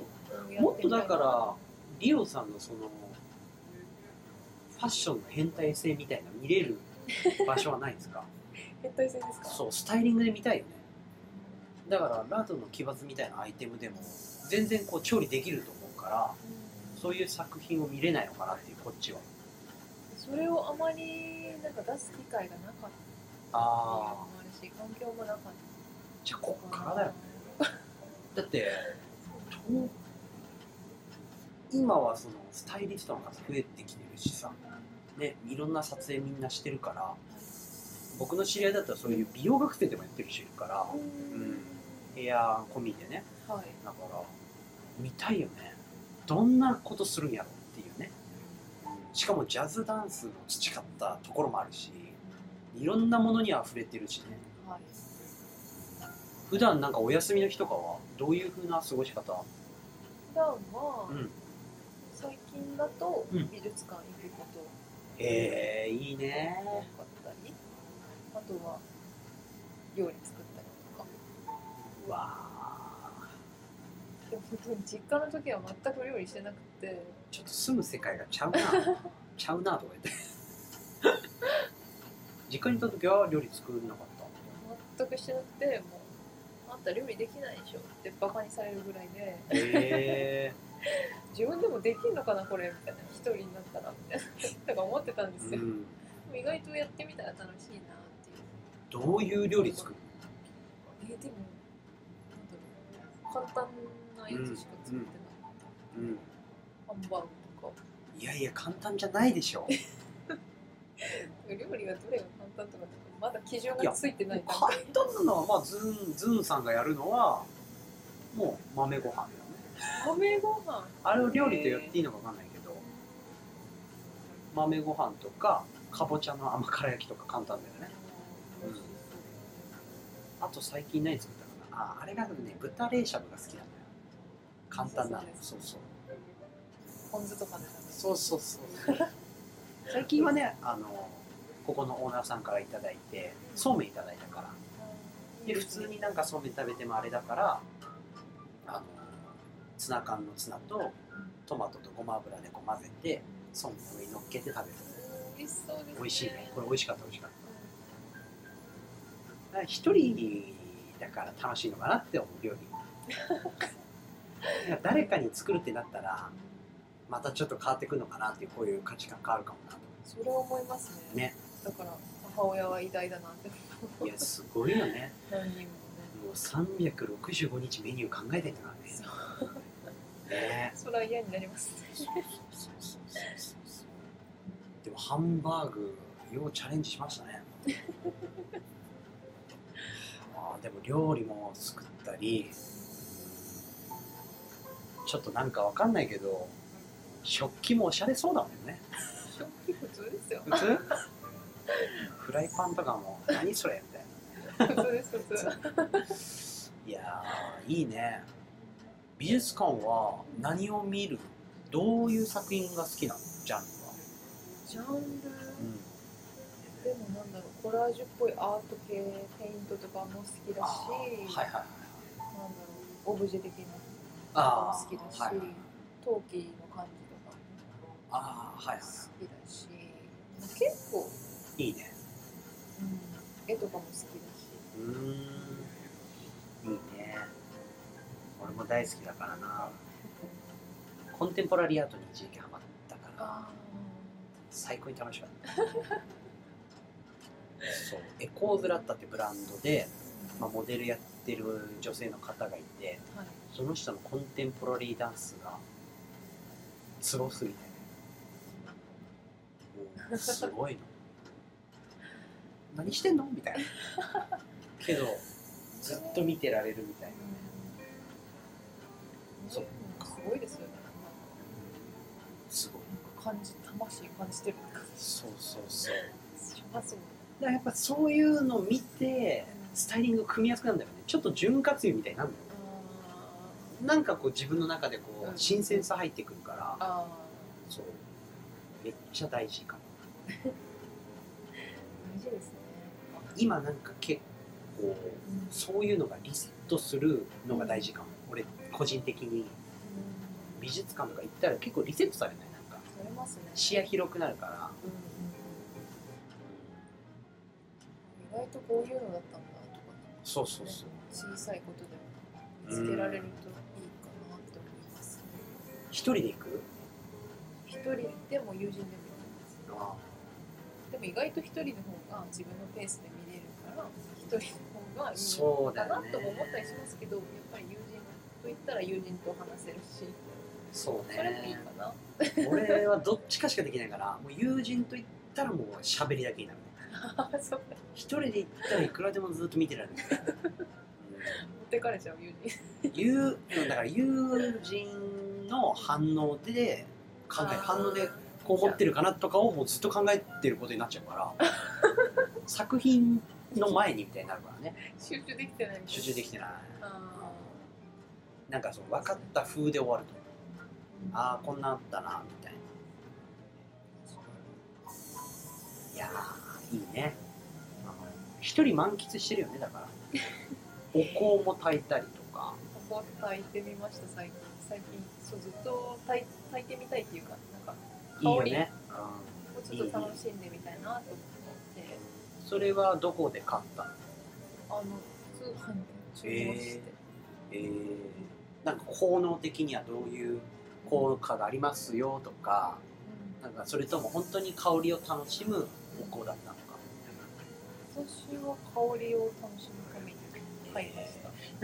もっとだからリオさんのそのファッションの変態性みたいな見れる場所はないんですか？ 変態性ですか？ そう、スタイリングで見たいよね。だからラードの奇抜みたいなアイテムでも全然こう調理できると思うから、そういう作品を見れないのかなっていう、こっちは。それをあまりなんか出す機会がなかったっていうのもあるし、環境もなかった。 じゃあこっからだよね。だって今はそのスタイリストの数増えてきてるしさ、ね、いろんな撮影みんなしてるから、僕の知り合いだったらそういう美容学生でもやってる人いるから、ヘア込みでね、だから見たいよね、どんなことするんやろっていうね。しかもジャズダンスを培ったところもあるし、いろんなものにあふれてるしね。普段なんかお休みの日とかはどういう風な過ごし方？ 普段は、最近だと美術館行くこと、 いいね。 多かったり、あとは料理作ったりとか。 うわー。でも本当に実家の時は全く料理してなくて、 ちょっと住む世界がちゃうなちゃうなとか言って実家にいた時は料理作んなかった？ 全くしてなくて、もうあんた料理できないでしょってバカにされるぐらいで、自分でもできんのかなこれみたいな、一人になったらみたいなとか思ってたんですよ。でも意外とやってみたら楽しいなっていう。 どういう料理作る？ でもなんだろう、簡単なやつしか作ってない。ハンバーグとか。 いやいや簡単じゃないでしょ料理はどれが簡単とかまだ基準がついてない。 簡単なのは、まあ、ズンさんがやるのはもう豆ご飯だよね。 豆ご飯、 あれを料理と言っていいのか分かんないけど、豆ご飯とかかぼちゃの甘辛焼きとか簡単だよね。あと最近何作ったかな、あれがね、豚冷しゃぶが好きなんだよ。簡単なの。そうそう、 ポン酢とかで。 そうそうそう最近はね、ここのオーナーさんからいただいてそうめんいただいたから、で普通になんかそうめん食べてもあれだから、ツナ缶のツナとトマトとごま油でこう混ぜてそうめんの上に乗っけて食べる。 美味しそうですね。 美味しいね。これ美味しかった美味しかった。一人だから楽しいのかなって思う料理誰かに作るってなったらまたちょっと変わってくるのかなっていう、こういう価値観変わるかもなと。 それは思いますね。 ね。 だから母親は偉大だなっていやすごいよね。 何人もね。 もう365日メニュー考えてんだからね。ね。 それは嫌になりますね。 でもハンバーグようチャレンジしましたね。でも料理も作ったり、ちょっとなんかわかんないけど食器もおしゃれそうだもんね。 食器普通ですよ。 普通？フライパンとかも何それみたいな。 普通です普通。 いやーいいね。美術館は何を見る？どういう作品が好きなの？ジャンルは。 ジャンル、でもなんだろう、コラージュっぽいアート系、ペイントとかも好きだし、なんだろう、オブジェ的なのも好きだし、陶器の感じとかも好きだし、結構いいね。 絵とかも好きだし。 いいね。俺も大好きだからな。コンテンポラリーアートに一時期ハマったから最高に楽しかった。そう、エコーズラッタってブランドで、モデルやってる女性の方がいて、その人のコンテンポラリーダンスがすごすぎて、もうすごいの。何してんのみたいな。けどずっと見てられるみたいな。 そう、すごいですよね。 すごい。 魂感じてるって感じ。 そうそうそう。 しますもん。 だからやっぱそういうのを見てスタイリング組みやすくなるんだよね。ちょっと潤滑油みたいになるのよ。なんかこう自分の中でこう新鮮さ入ってくるから、そうめっちゃ大事かも。 大事ですね。 今なんか結構そういうのがリセットするのが大事かも。俺個人的に美術館とか行ったら結構リセットされない？なんかされますね。 視野広くなるから。 意外とこういうのだったんだとか、 そうそうそう、 小さいことでも見つけられるといいかなって思いますね。 一人で行く？ 一人でも友人でも行きます。でも意外と一人の方が自分のペースで見れるから一人の方がいいのかなとも思ったりしますけど、やっぱり友人と言ったら友人と話せるし、 そうね、 それもいいかな。 俺はどっちかしかできないから、もう友人と言ったらもう喋りだけになる。一人で行ったらいくらでもずっと見てられる。持ってかれちゃう友人。だから友人の反応で反応でこう思ってるかなとかをもうずっと考えてることになっちゃうから作品の前にみたいになるからね。 集中できてない。 集中できてない。なんかその分かった風で終わると、ああこんなあったなみたいな。いやーいいね。一人満喫してるよね。だからお香も炊いたりとか。 お香炊いてみました。最近そうずっと炊いてみたいっていうか、なんか香りをちょっと楽しんでみたいなと思って。 それはどこで買ったの？ 通販で注文して。 なんか効能的にはどういう効果がありますよとか、なんかそれとも本当に香りを楽しむお香だったのか。 私は香りを楽しむために買いました。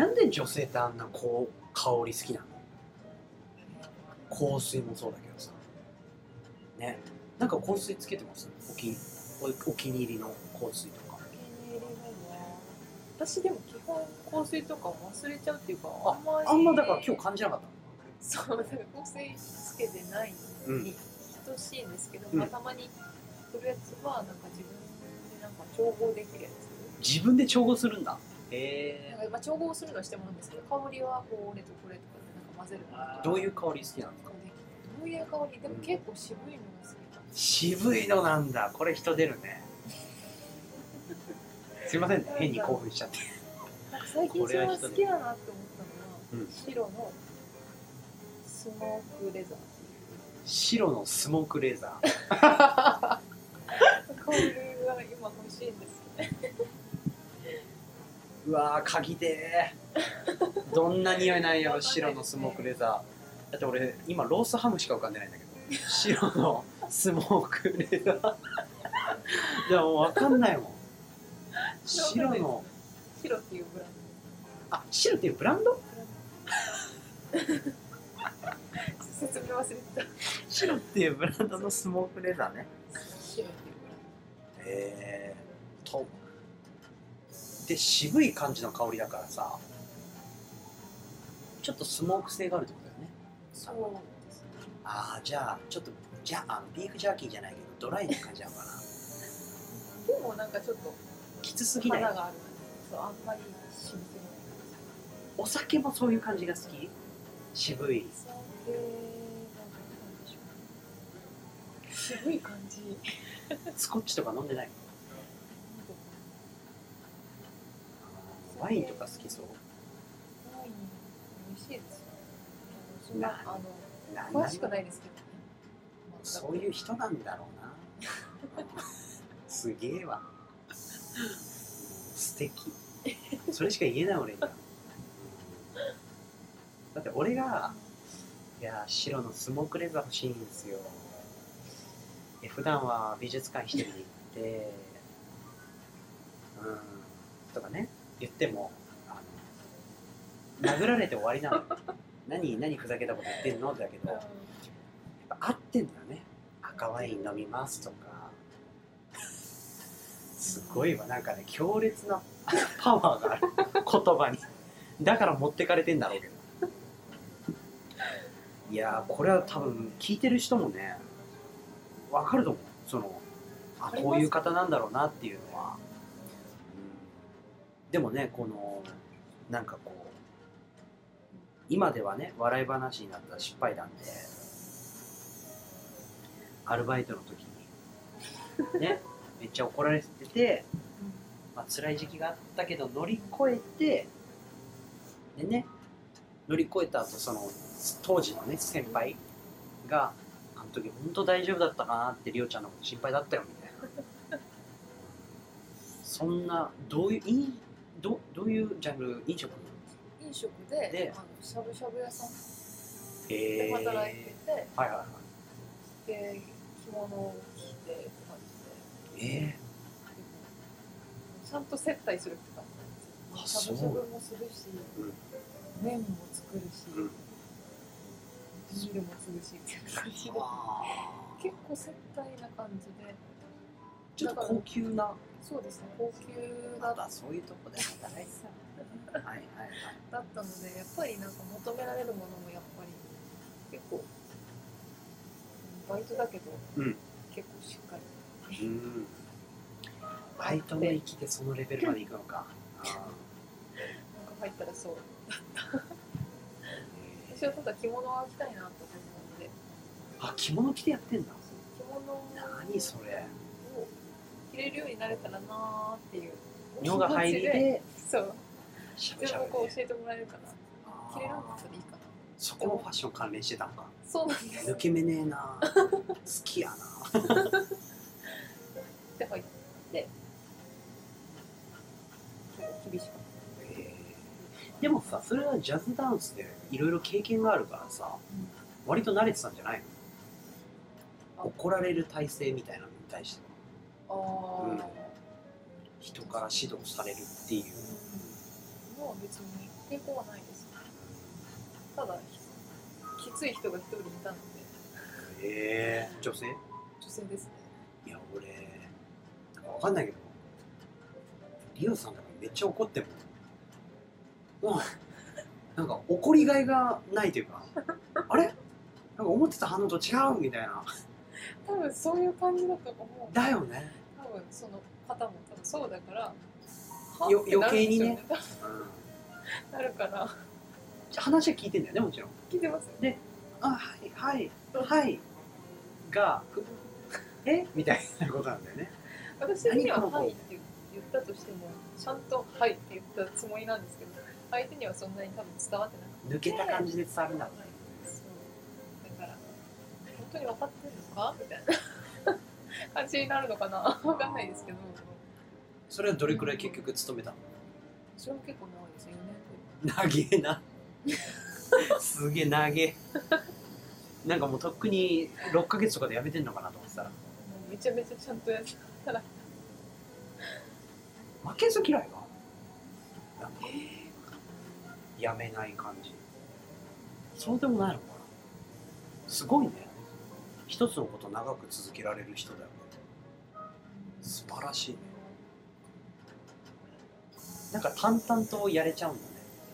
なんで女性ってあんな香り好きなの？香水もそうだけどさね。なんか香水つけてます？お気に入りの香水とか。 お気に入りのは私でも基本香水とか忘れちゃうっていうか、 あんまだから今日感じなかった。 そうだから香水つけてないのに等しいんですけど、たまにするやつはなんか自分でなんか調合できるやつ。 自分で調合するんだ。 なんか調合するのはしてもらうんですけど、香りはこれとこれとかでなんか混ぜるの。 どういう香り好きなんですか？ どういう香り？でも結構渋いのが好きか。 渋いのなんだ。これ人出るね。すいませんね、変に興奮しちゃって。 なんか最近一番好きだなって思ったのは、白のスモークレザー。 白のスモークレザー。香りが今欲しいんですね。 うわー、鍵でー。どんな匂いなんやろ、白のスモークレザー。だって俺今ロースハムしか浮かんでないんだけど、白のスモークレザー。 でも分かんないもん。白の白っていうブランド。あ、白っていうブランド？ 説明忘れてた。 白っていうブランドのスモークレザーね。 白っていうブランド。とで渋い感じの香りだからさ、ちょっとスモーク性があるってことだよね。 そうですね。 ああ、じゃあちょっとビーフジャーキーじゃないけどドライな感じなのかな。 でもなんかちょっときつすぎない。 花がある。そう、あんまり渋くない。 お酒もそういう感じが好き？渋い。 渋い感じ。 スコッチとか飲んでない？ワインとか好きそう？ ワイン美味しいですよ。そんな詳しくないですけどね。 そういう人なんだろうな。すげえわ。素敵。それしか言えない俺には。だって俺がいや白のスモークレザー欲しいんですよ。普段は美術館一人で行ってとかね言っても殴られて終わりなの。何ふざけたこと言ってんのだけど、やっぱ合ってんだよね。赤ワイン飲みますとかすごいわ、なんかね強烈なパワーがある言葉に。だから持ってかれてんだろうけど。いやーこれは多分聞いてる人もね分かると思う。こういう方なんだろうなっていうのは、でもねなんかこう今ではね笑い話になった失敗談で、アルバイトの時にねめっちゃ怒られてて、辛い時期があったけど乗り越えてでね、乗り越えた後当時のね先輩があの時本当大丈夫だったかなってりおちゃんのこと心配だったよみたいな。そんなどういうジャンル？飲食でしゃぶしゃぶ屋さんで働いてて、 はいはいはい、 で着物を着てって感じで、ちゃんと接待するって感じなんですよ。しゃぶしゃぶもするし、麺も作るし、ビールも継ぐしっていう感じで、結構接待な感じで、 ちょっと高級な。 そうですね、高級だった。 そういうとこで働いてた。はいはいはい。 だったので、やっぱりなんか求められるものもやっぱり結構バイトだけど、結構しっかり。 バイトの域でそのレベルまでいくのか。なんか入ったらそうだった。私はただ着物は着たいなと思うので。 あ、着物着てやってんだ。 着物何それ。 を着れるようになれたらなーっていう。 色が入りで。 そう。自分もこう教えてもらえるかな。着れるんだったらいいかな。 そこもファッション関連してたのか。 そうなんです。 抜け目ねえな。好きやな。 で入って。結構厳しかった。 でもさ、それはジャズダンスでいろいろ経験があるからさ、割と慣れてたんじゃないの？怒られる体制みたいなのに対しては、人から指導されるっていう、 もう別に抵抗はないです。ただきつい人が一人いたので。 女性？ 女性ですね。 いや俺なんかわかんないけど、リオさんとかめっちゃ怒ってもなんか怒りがいがないというか、あれなんか思ってた反応と違うみたいな。 多分そういう感じだと思う。 だよね。 多分その方も多分そうだから余計にね、 なるから。 話は聞いてんだよね、もちろん。 聞いてますよ。 で、はいはいはいがみたいなことなんだよね。 私的にははいって言ったとしてもちゃんとはいって言ったつもりなんですけど、相手にはそんなに多分伝わってなくて、 抜けた感じで伝わるんだろうね。 そうだから本当に分かってるのかみたいな感じになるのかな、分かんないですけど。 それはどれくらい結局勤めたの？ それも結構長いですよ。 長えな。すげえ長え。なんかもうとっくに6ヶ月とかで辞めてんのかなと思ってたら、 めちゃめちゃちゃんとやって負けず嫌いがなんかやめない感じ。そうでもないのかな。すごいね。一つのことを長く続けられる人だよね。素晴らしいね。なんか淡々とやれちゃうんだね。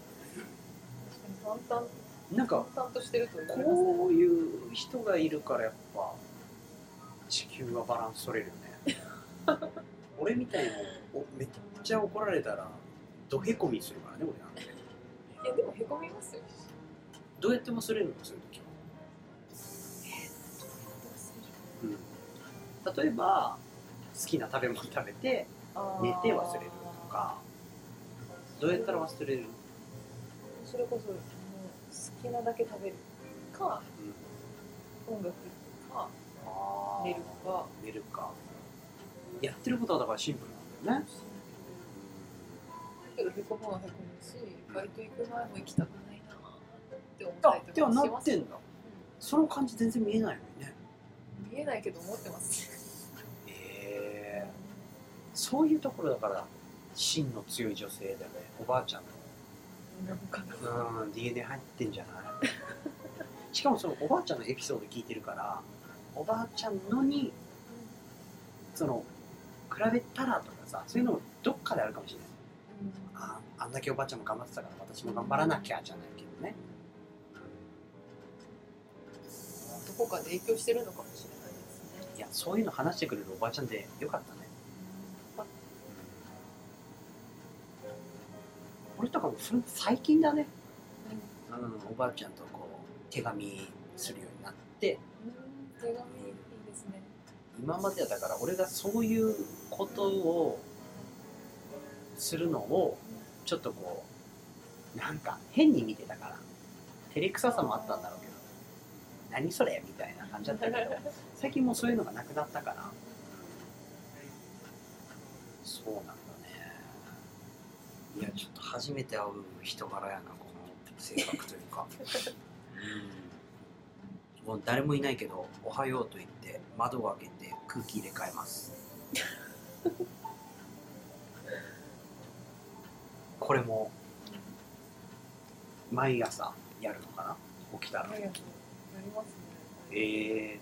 確かになんか淡々としてると言われますね。 こういう人がいるからやっぱ地球はバランス取れるよね。俺みたいにめっちゃ怒られたらドへこみするからね、俺なんて。 いやでもへこみますよ。 どうやって忘れるの、そういう時は。例えば好きな食べ物食べて寝て忘れるとか、どうやったら忘れる？ それこそもう好きなだけ食べるか、音楽か寝るか。やってることはだからシンプルなんだよね。 けどへこむはへこむし、バイト行く前も行きたくないなって思ったりとかします。 ではなってんだ。その感じ全然見えないのにね。見えないけど思ってますね。 そういうところだから芯の強い女性だよね。おばあちゃんのDNA 入ってんじゃない？しかもそのおばあちゃんのエピソード聞いてるから、おばあちゃんのにその比べたらとかさ、そういうのもどっかであるかもしれない。あんだけおばあちゃんも頑張ってたから私も頑張らなきゃじゃないけどね。 どこかで影響してるのかもしれないですね。 いや、そういうの話してくれるおばあちゃんでよかったね。俺とかもそれ最近だね。おばあちゃんとこう手紙するようになって。 手紙いいですね。 今まではだから俺がそういうことをするのをちょっとこうなんか変に見てたから照れくささもあったんだろうけど、何それみたいな感じだったけど最近もうそういうのがなくなったから、そうなんだね。いや、ちょっと初めて会う人柄やな、この性格というか。もう誰もいないけどおはようと言って窓を開けて空気入れ替えます。これも毎朝やるのかな、起きたら。 やりますね。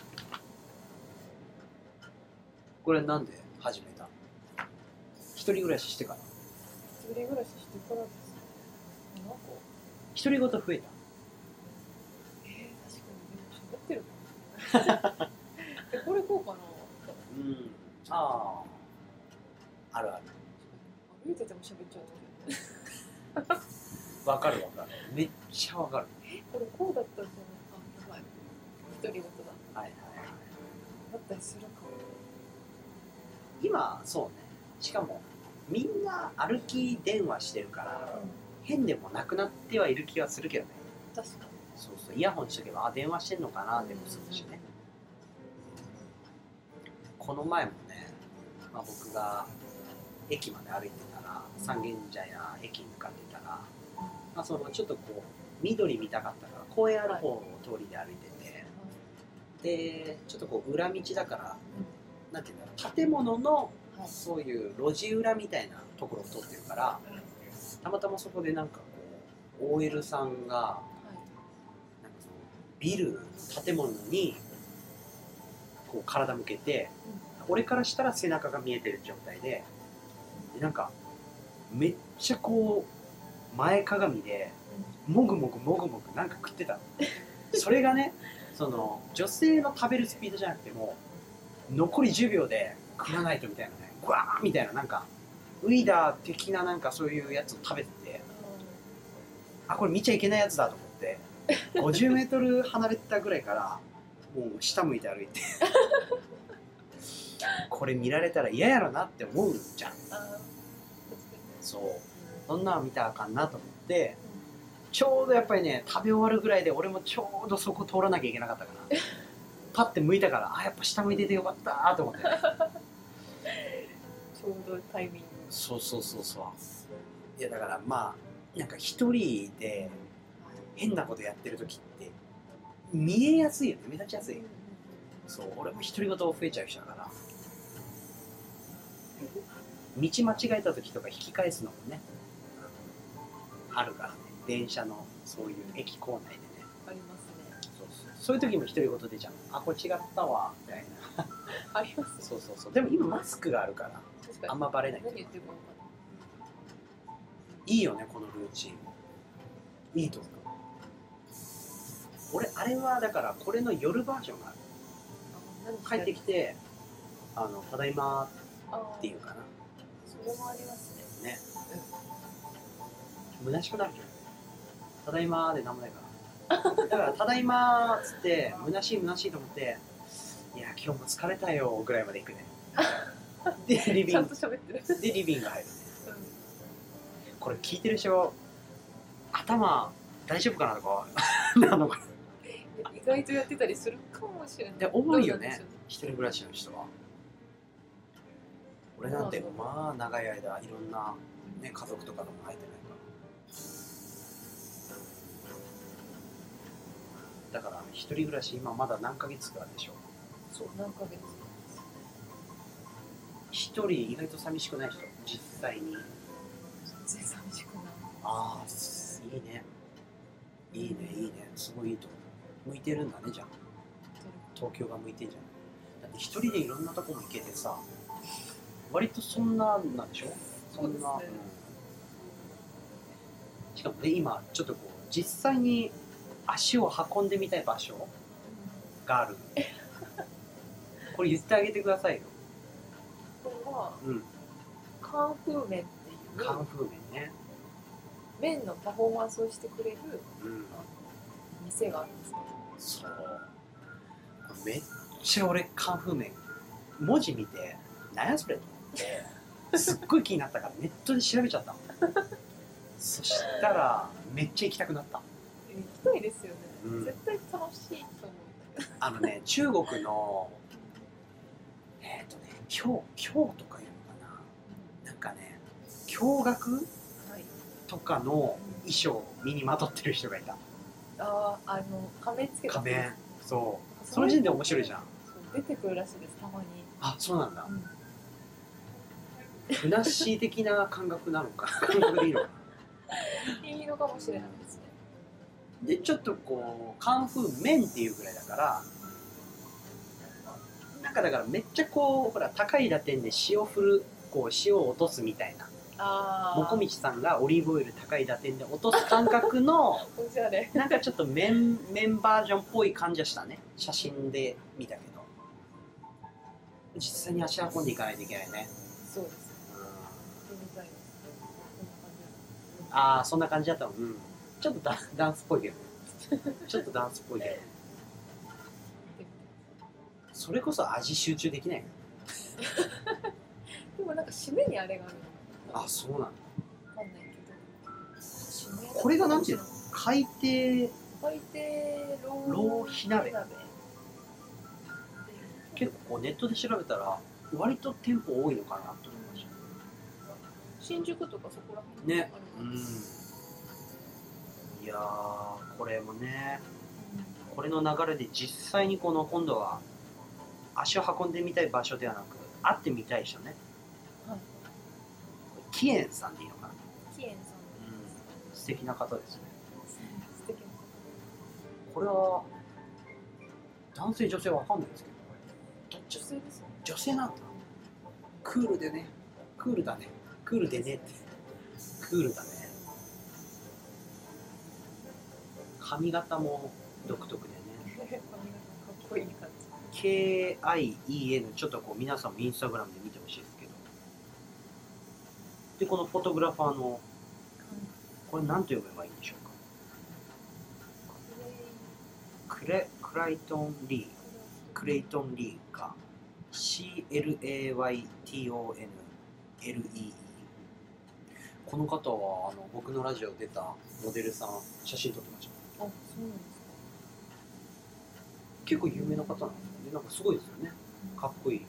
これなんで始めた？一人暮らししてから？ 一人暮らししてからですね。なんか独り言増えた？ 確かに喋ってるかもしれない。これこうかな。 あるある。 歩いてても喋っちゃうとわかるわかる。めっちゃわかる。 これこうだったんじゃない？やばい。独り言だ。 はい。 だったりするかも。 今そうね。しかもみんな歩き電話してるから、変でもなくなってはいる気がするけどね。 確かに。 そうイヤホンしとけば電話してんのかなでもするしね。この前もね、僕が駅まで歩いてたら、三軒茶屋駅に向かってたら、そのちょっとこう緑見たかったから公園ある方を通りで歩いてて、でちょっとこう裏道だから、なんていうんだろう、建物のそういう路地裏みたいなところを通ってるから、たまたまそこでなんかこう OL さんがなんかそのビル建物にこう体向けて、俺からしたら背中が見えてる状態で、なんかめっちゃこう前かがみでもぐもぐなんか食ってたの。それがね、その女性の食べるスピードじゃなくても残り10秒で食わないとみたいなね、グワーみたいな、なんかウィダー的ななんかそういうやつを食べてて、これ見ちゃいけないやつだと思って50メートル離れてたぐらいからもう下向いて歩いてこれ見られたら嫌やろなって思うじゃん。そう、そんなの見たらあかんなと思って、ちょうどやっぱりね食べ終わるぐらいで俺もちょうどそこ通らなきゃいけなかったからパッて向いたから、やっぱ下向いててよかったと思って、ね、 ちょうどタイミング。 そういやだからなんか一人で変なことやってる時って見えやすいよね、目立ちやすい。そう、俺も独り言増えちゃう人だから、 道間違えた時とか引き返すのもねあるからね、電車のそういう駅構内でね。 ありますね。 そういう時も独り言出ちゃう。あ、これ違ったわみたいな。 あります。 そう。でも今マスクがあるからあんまバレない。 何言ってるか分かんない。 いいよねこのルーチン。いいと思う。俺あれはだからこれの夜バージョンがある。帰ってきてただいまっていうかな。 それもありますね。 ね。虚しくなるじゃん。ただいまでなんもないから。だからただいまっつって虚しいと思って、いや今日も疲れたよぐらいまで行くね。でリビング。 ちゃんと喋ってる。 でリビング入るね。これ聞いてる人頭大丈夫かなとかなのかな。 意外とやってたりするかもしれない。 で多いよね、一人暮らしの人は。俺なんてまあ長い間いろんな、ね、家族とかとも入ってないから。だから一人暮らし今まだ何ヶ月かでしょ。 そう、何ヶ月。 一人意外と寂しくない人、実際に。 全然寂しくない。 ああ、いいね。いいね。すごいいいと思う。向いてるんだね、じゃあ。東京が向いてんじゃん。だって一人でいろんなとこも行けてさ、割とそんななんでしょ。そんな。しかもね、今ちょっとこう実際に足を運んでみたい場所がある。これ言ってあげてくださいよ。 これは、カンフー麺っていう。 カンフー麺ね。 麺のパフォーマンスをしてくれる、店があるんですけど。 そう。めっちゃ俺カンフー麺文字見て何やそれと思ってすっごい気になったからネットで調べちゃったの。そしたらめっちゃ行きたくなった。 行きたいですよね。絶対楽しいと思う。 中国の京とかいうのかな、なんかね京楽とかの衣装を身にまとってる人がいた。 仮面つけた。 仮面。そう。その時点で面白いじゃん。 出てくるらしいです、たまに。 あ、そうなんだ。ふなっしー的な感覚なのか。感覚でいいのかな。 いいのかもしれないですね。 で、ちょっとこう、カンフー麺っていうぐらいだから、なんかだからめっちゃこう、ほら、高い打点で塩を落とすみたいな。もこみちさんがオリーブオイル高い打点で落とす感覚のなんかちょっと麺バージョンっぽい感じはしたね。写真で見たけど実際に足運んでいかないといけないね。 そうです。 ああ、そんな感じだったの。ちょっとダンスっぽいけどちょっとダンスっぽいけどそれこそ味集中できないよ。 でもなんか締めにあれがある。 あ、そうなんだ。 わかんないけど。これがなんていうの？海底ロー火鍋。結構ネットで調べたら割と店舗多いのかなと思いました。 新宿とかそこら辺ね。いやー、これもね、これの流れで実際に今度は足を運んでみたい場所ではなく会ってみたい人ね。キエンさんでいいのかな。 キエンさん、 素敵な方ですね。 素敵な方。 これは男性女性わかんないですけど、 女性ですよね。 女性なんだ。クールでね、クールだね、クールでねってクールだね。髪型も独特でね。 髪型かっこいい感じ。 KIEN、 ちょっとこう皆さんもインスタグラムで見てほしいですけど。で、このフォトグラファーのこれ何と読めばいいんでしょうか。クレイトン・リーか CLAYTONLEE。 この方は僕のラジオ出たモデルさん、写真撮ってました。 あ、そうなんですか。 結構有名な方なんで、なんかすごいですよね。かっこいい。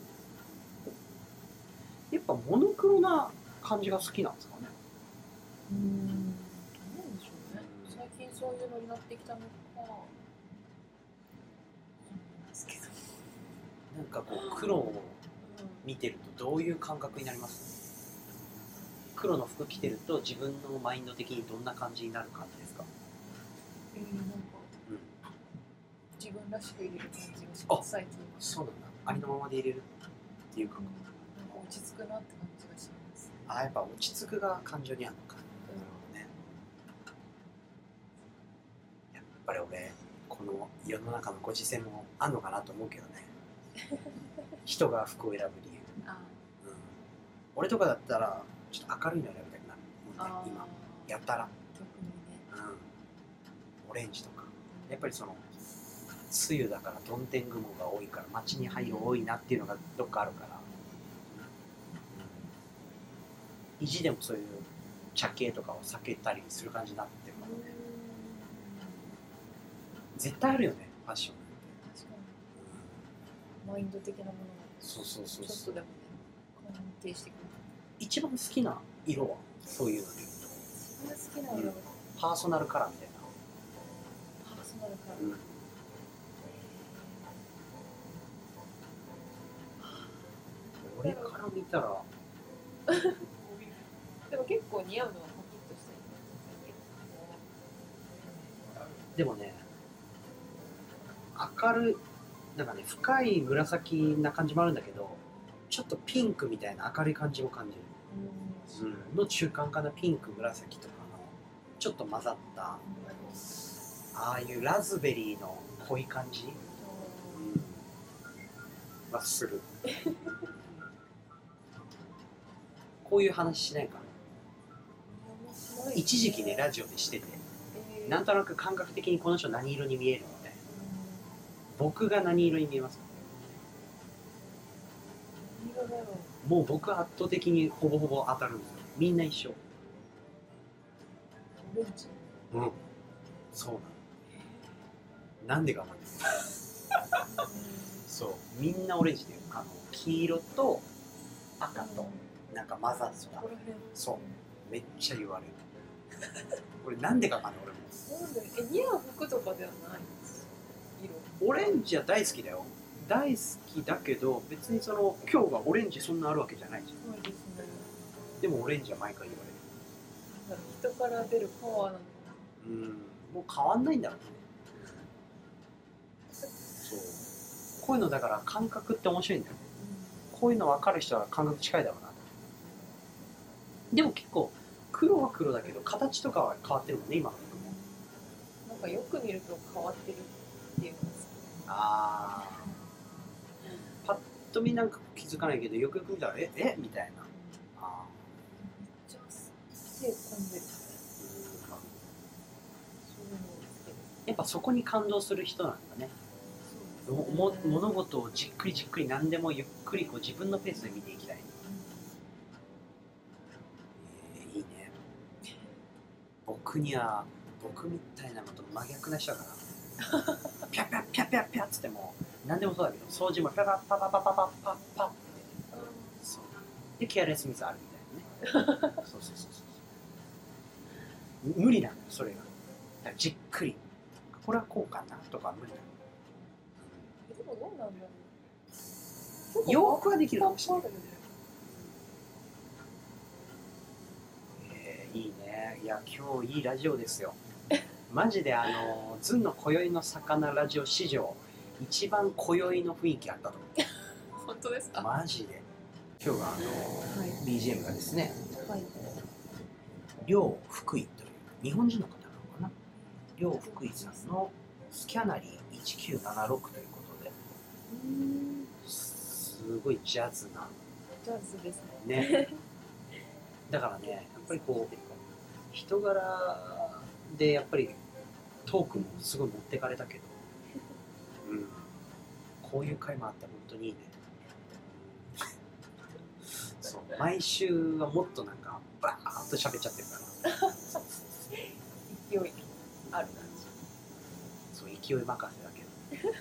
やっぱモノクロな感じが好きなんですかね。 どうなんでしょうね。最近そういうのになってきたのか。なんですけど。 なんかこう黒見てるとどういう感覚になります？黒の服着てると自分のマインド的にどんな感じになる感じですか？ なんか、自分らしく入れる感じがします。最近そうなんだ。ありのままで入れるっていうか、 なんか落ち着くなって感じがします。 やっぱ落ち着くが感情にあるのか。なるほどね。やっぱり俺この世の中のご時世もあんのかなと思うけどね。人が服を選ぶ理由。俺とかだったらちょっと明るいの選びたくなるもんね、今やったら。 特にね、 オレンジとかやっぱりその梅雨だから曇天雲が多いから街に灰色多いなっていうのがどっかあるから、意地でもそういう茶系とかを避けたりする感じになってるからね。絶対あるよね、ファッションなんて。 確かに、マインド的なものがそうそうそうちょっとでもね関係してくる。 一番好きな色はそういうので言うと一番好きな色は、 パーソナルカラーみたいな。 パーソナルカラー、 俺から見たらでも結構似合うのはパキッとしたでもね、明るいなんかね、深い紫な感じもあるんだけど、ちょっとピンクみたいな明るい感じも感じる、の中間かな。ピンク紫とかのちょっと混ざった、ああいうラズベリーの濃い感じ、はする。こういう話しないかな。一時期ねラジオでしてて、なんとなく感覚的にこの人何色に見えるので、僕が何色に見えますか？もう僕は圧倒的にほぼほぼ当たるんですよ。みんな一緒。 オレンジ。 そうなの。なんでかわかんない。そう、みんなオレンジで、黄色と赤となんか混ざった。そう、めっちゃ言われる。これなんでかわかんない俺も。 似合う服とかではない色。オレンジは大好きだよ。大好きだけど別にその今日がオレンジそんなあるわけじゃないじゃん。 そうですね。 でもオレンジは毎回言われる。 人から出るパワーなのかな。 もう変わんないんだろうね。そうこういうのだから感覚って面白いんだよ。こういうの分かる人は感覚近いだろうなと。でも結構黒は黒だけど形とかは変わってるもんね、今の服も。 なんかよく見ると変わってるっていうのが好き。 パッと見なんか気づかないけどよくよく見たらえみたいな。 めっちゃ手込んでる。 やっぱそこに感動する人なんだね。物事をじっくりじっくり何でもゆっくりこう自分のペースで見ていきたい。いいね。僕みたいなのと真逆な人だから。ピャピャピャピャピャっつっても何でもそうだけど、掃除もピャパパパパパパパパって、そうでケアレスミスあるみたいなね。そう無理なんだよそれが。だからじっくりこれはこうかなとか無理だよ。 でもどうなんだろう。洋服はできるかもしれない。いいね。いや今日いいラジオですよ。マジでずんの今宵の魚ラジオ史上一番今宵の雰囲気あったと思う。 本当ですか？ マジで。今日はBGM がですね、梁福井という日本人の方なのかな。梁福井さんのスキャナリー1976ということで、すごいジャズな。 ジャズですね。 ね。だからね、やっぱりこう人柄でやっぱりトークもすごい持ってかれたけど、こういう回もあって本当にいいね。そう毎週はもっとなんかバーッと喋っちゃってるから勢いある感じ。 そう勢い任せだけど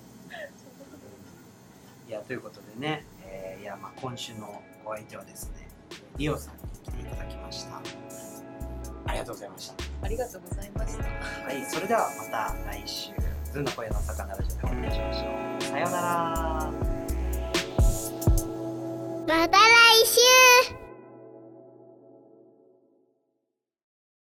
いやということでね、いや今週のお相手はですねリオさんに来ていただきました。ありがとうございました。 ありがとうございました。 はい、それではまた来週ずんの声の魚ラジオでお会いしましょう。さようなら。 また来週。